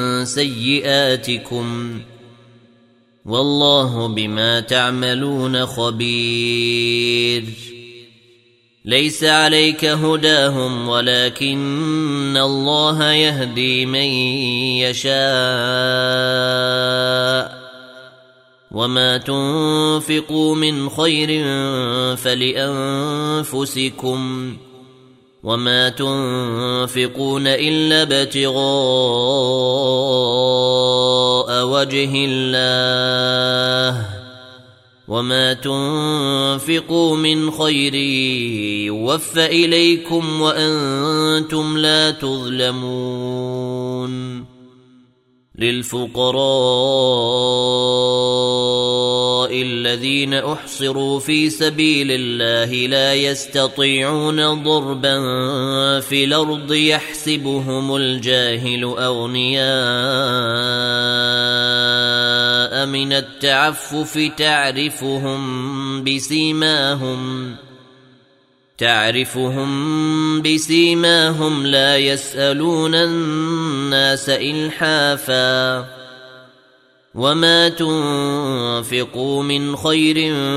سيئاتكم والله بما تعملون خبير. ليس عليك هداهم ولكن الله يهدي من يشاء وما تنفقوا من خير فلأنفسكم وما تنفقون إلا ابتغاء وجه الله وما تنفقوا من خير يوفى إليكم وأنتم لا تظلمون للفقراء الذين أحصروا في سبيل الله لا يستطيعون ضربا في الأرض يحسبهم الجاهل أغنياء من التعفف تعرفهم بسيماهم تعرفهم بسيماهم لا يسألون الناس إلحافا وما تنفقوا من خير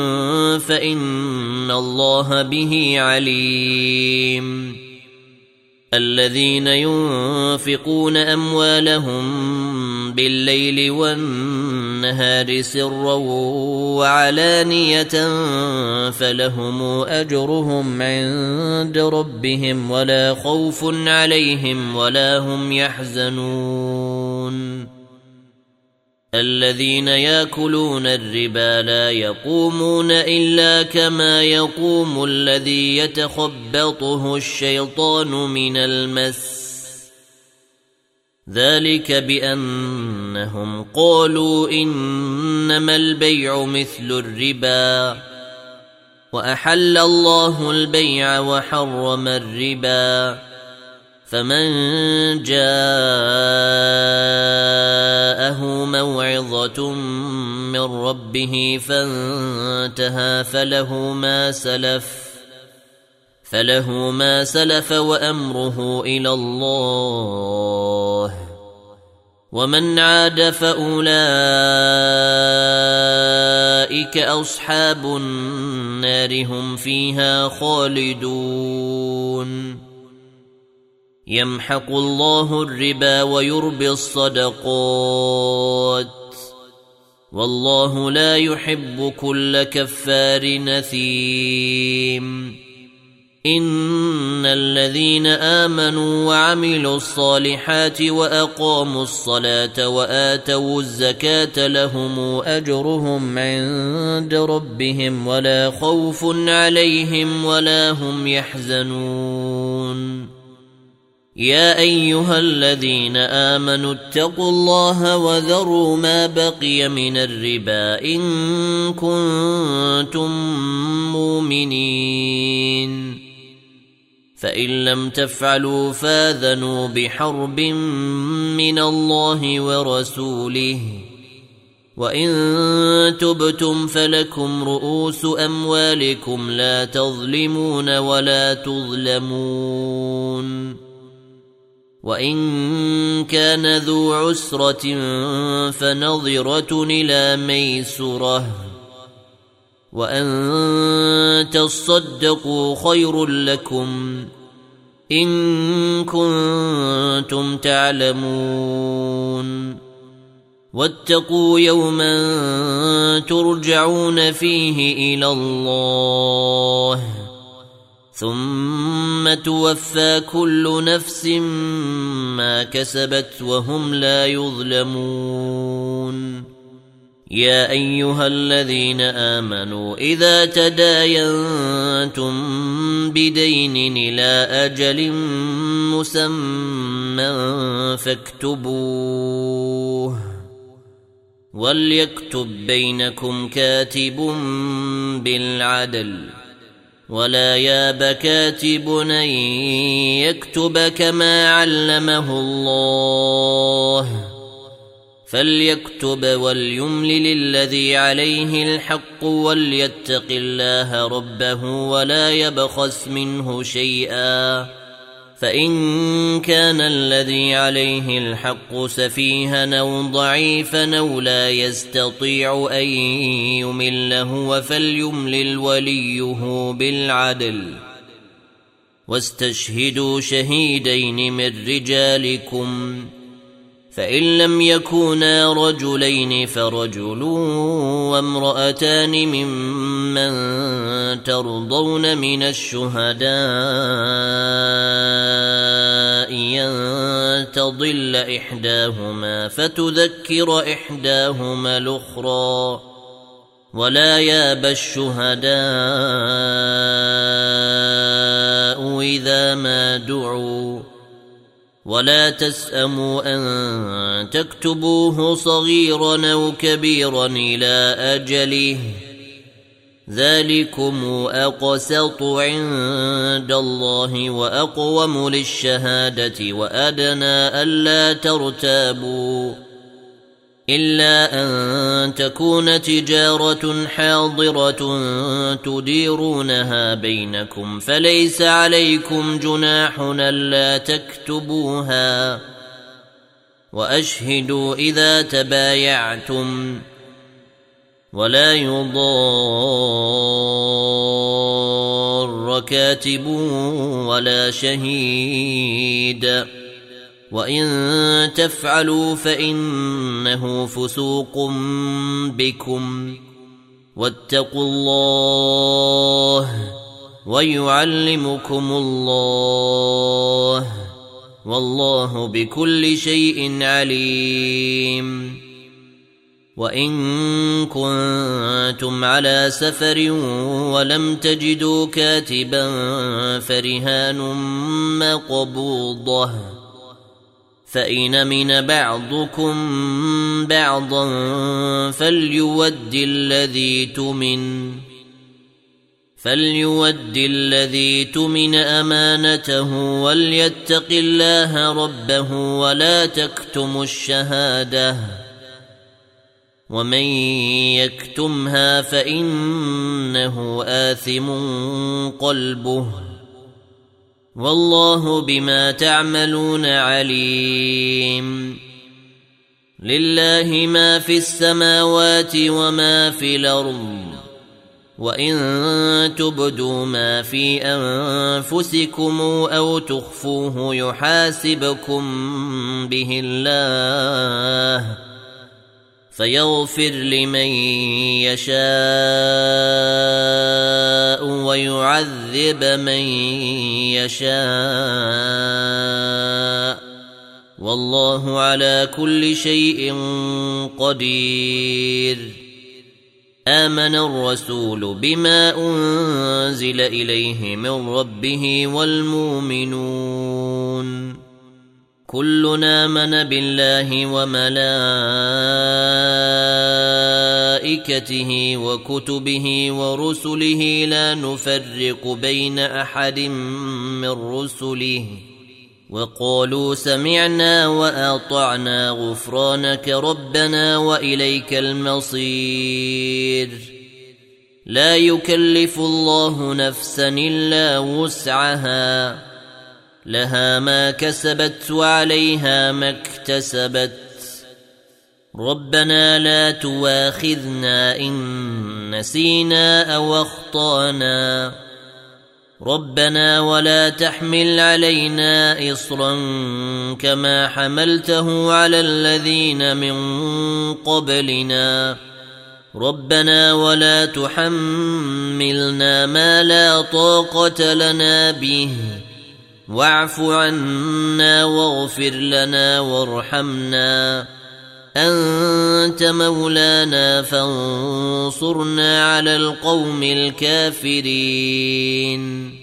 فإن الله به عليم الذين ينفقون أموالهم بالليل والنهار سرا وعلانية فلهم أجرهم عند ربهم ولا خوف عليهم ولا هم يحزنون الذين يأكلون الربا لا يقومون إلا كما يقوم الذي يتخبطه الشيطان من المس ذلك بأنهم قالوا إنما البيع مثل الربا وأحل الله البيع وحرم الربا فمن جاءه موعظة من ربه فانتهى فله ما سلف فله ما سلف وأمره إلى الله ومن عاد فأولئك أصحاب النار هم فيها خالدون يمحق الله الربا ويربي الصدقات والله لا يحب كل كفار نثيم إن الذين آمنوا وعملوا الصالحات وأقاموا الصلاة وآتوا الزكاة لهم أجرهم عند ربهم ولا خوف عليهم ولا هم يحزنون يا أيها الذين آمنوا اتقوا الله وذروا ما بقي من الربا إن كنتم مؤمنين فإن لم تفعلوا فاذنوا بحرب من الله ورسوله وإن تبتم فلكم رؤوس أموالكم لا تظلمون ولا تظلمون وإن كان ذو عسرة فنظرة إلى ميسرة وأن تصدقوا خير لكم إن كنتم تعلمون واتقوا يوما ترجعون فيه إلى الله ثم توفى كل نفس ما كسبت وهم لا يظلمون يا أيها الذين آمنوا إذا تداينتم بدين إلى أجل مسمى فاكتبوه وليكتب بينكم كاتب بالعدل ولا ياب كاتب أن يكتب كما علمه الله فليكتب وليملل الذي عليه الحق وليتق الله ربه ولا يبخس منه شيئا فإن كان الذي عليه الحق سفيها أو ضعيفا أو لا يستطيع أن يمل هو فليملل وليه بالعدل واستشهدوا شهيدين من رجالكم فإن لم يكونا رجلين فرجل وامرأتان ممن ترضون من الشهداء أن تضل إحداهما فتذكر إحداهما الأخرى ولا يابى الشهداء إذا ما دعوا ولا تسأموا أن تكتبوه صغيرا أو كبيرا إلى أجله ذلكم أقسط عند الله وأقوم للشهادة وأدنى ألا ترتابوا إلا أن تكون تجارة حاضرة تديرونها بينكم فليس عليكم جناح ألا تكتبوها وأشهدوا إذا تبايعتم ولا يضار كاتب ولا شهيد وإن تفعلوا فإنه فسوق بكم واتقوا الله ويعلمكم الله والله بكل شيء عليم. وإن كنتم على سفر ولم تجدوا كاتبا فرهان مقبوضة فإن من بعضكم بعضا فليود الذي تمن فليود الذي تمن أمانته وليتق الله ربه ولا تكتموا الشهادة ومن يكتمها فإنه آثم قلبه والله بما تعملون عليم. لله ما في السماوات وما في الأرض وإن تبدوا ما في أنفسكم أو تخفوه يحاسبكم به الله فيغفر لمن يشاء ويعذب من يشاء والله على كل شيء قدير. آمن الرسول بما أنزل إليه من ربه والمؤمنون كلنا آمن بالله وملائكته وكتبه ورسله لا نفرق بين أحد من رسله وقالوا سمعنا وأطعنا غفرانك ربنا وإليك المصير. لا يكلف الله نفسا إلا وسعها لها ما كسبت وعليها ما اكتسبت ربنا لا تواخذنا إن نسينا أو أخطأنا ربنا ولا تحمل علينا إصرا كما حملته على الذين من قبلنا ربنا ولا تحملنا ما لا طاقة لنا به واعف عنا واغفر لنا وارحمنا أنت مولانا فانصرنا على القوم الكافرين.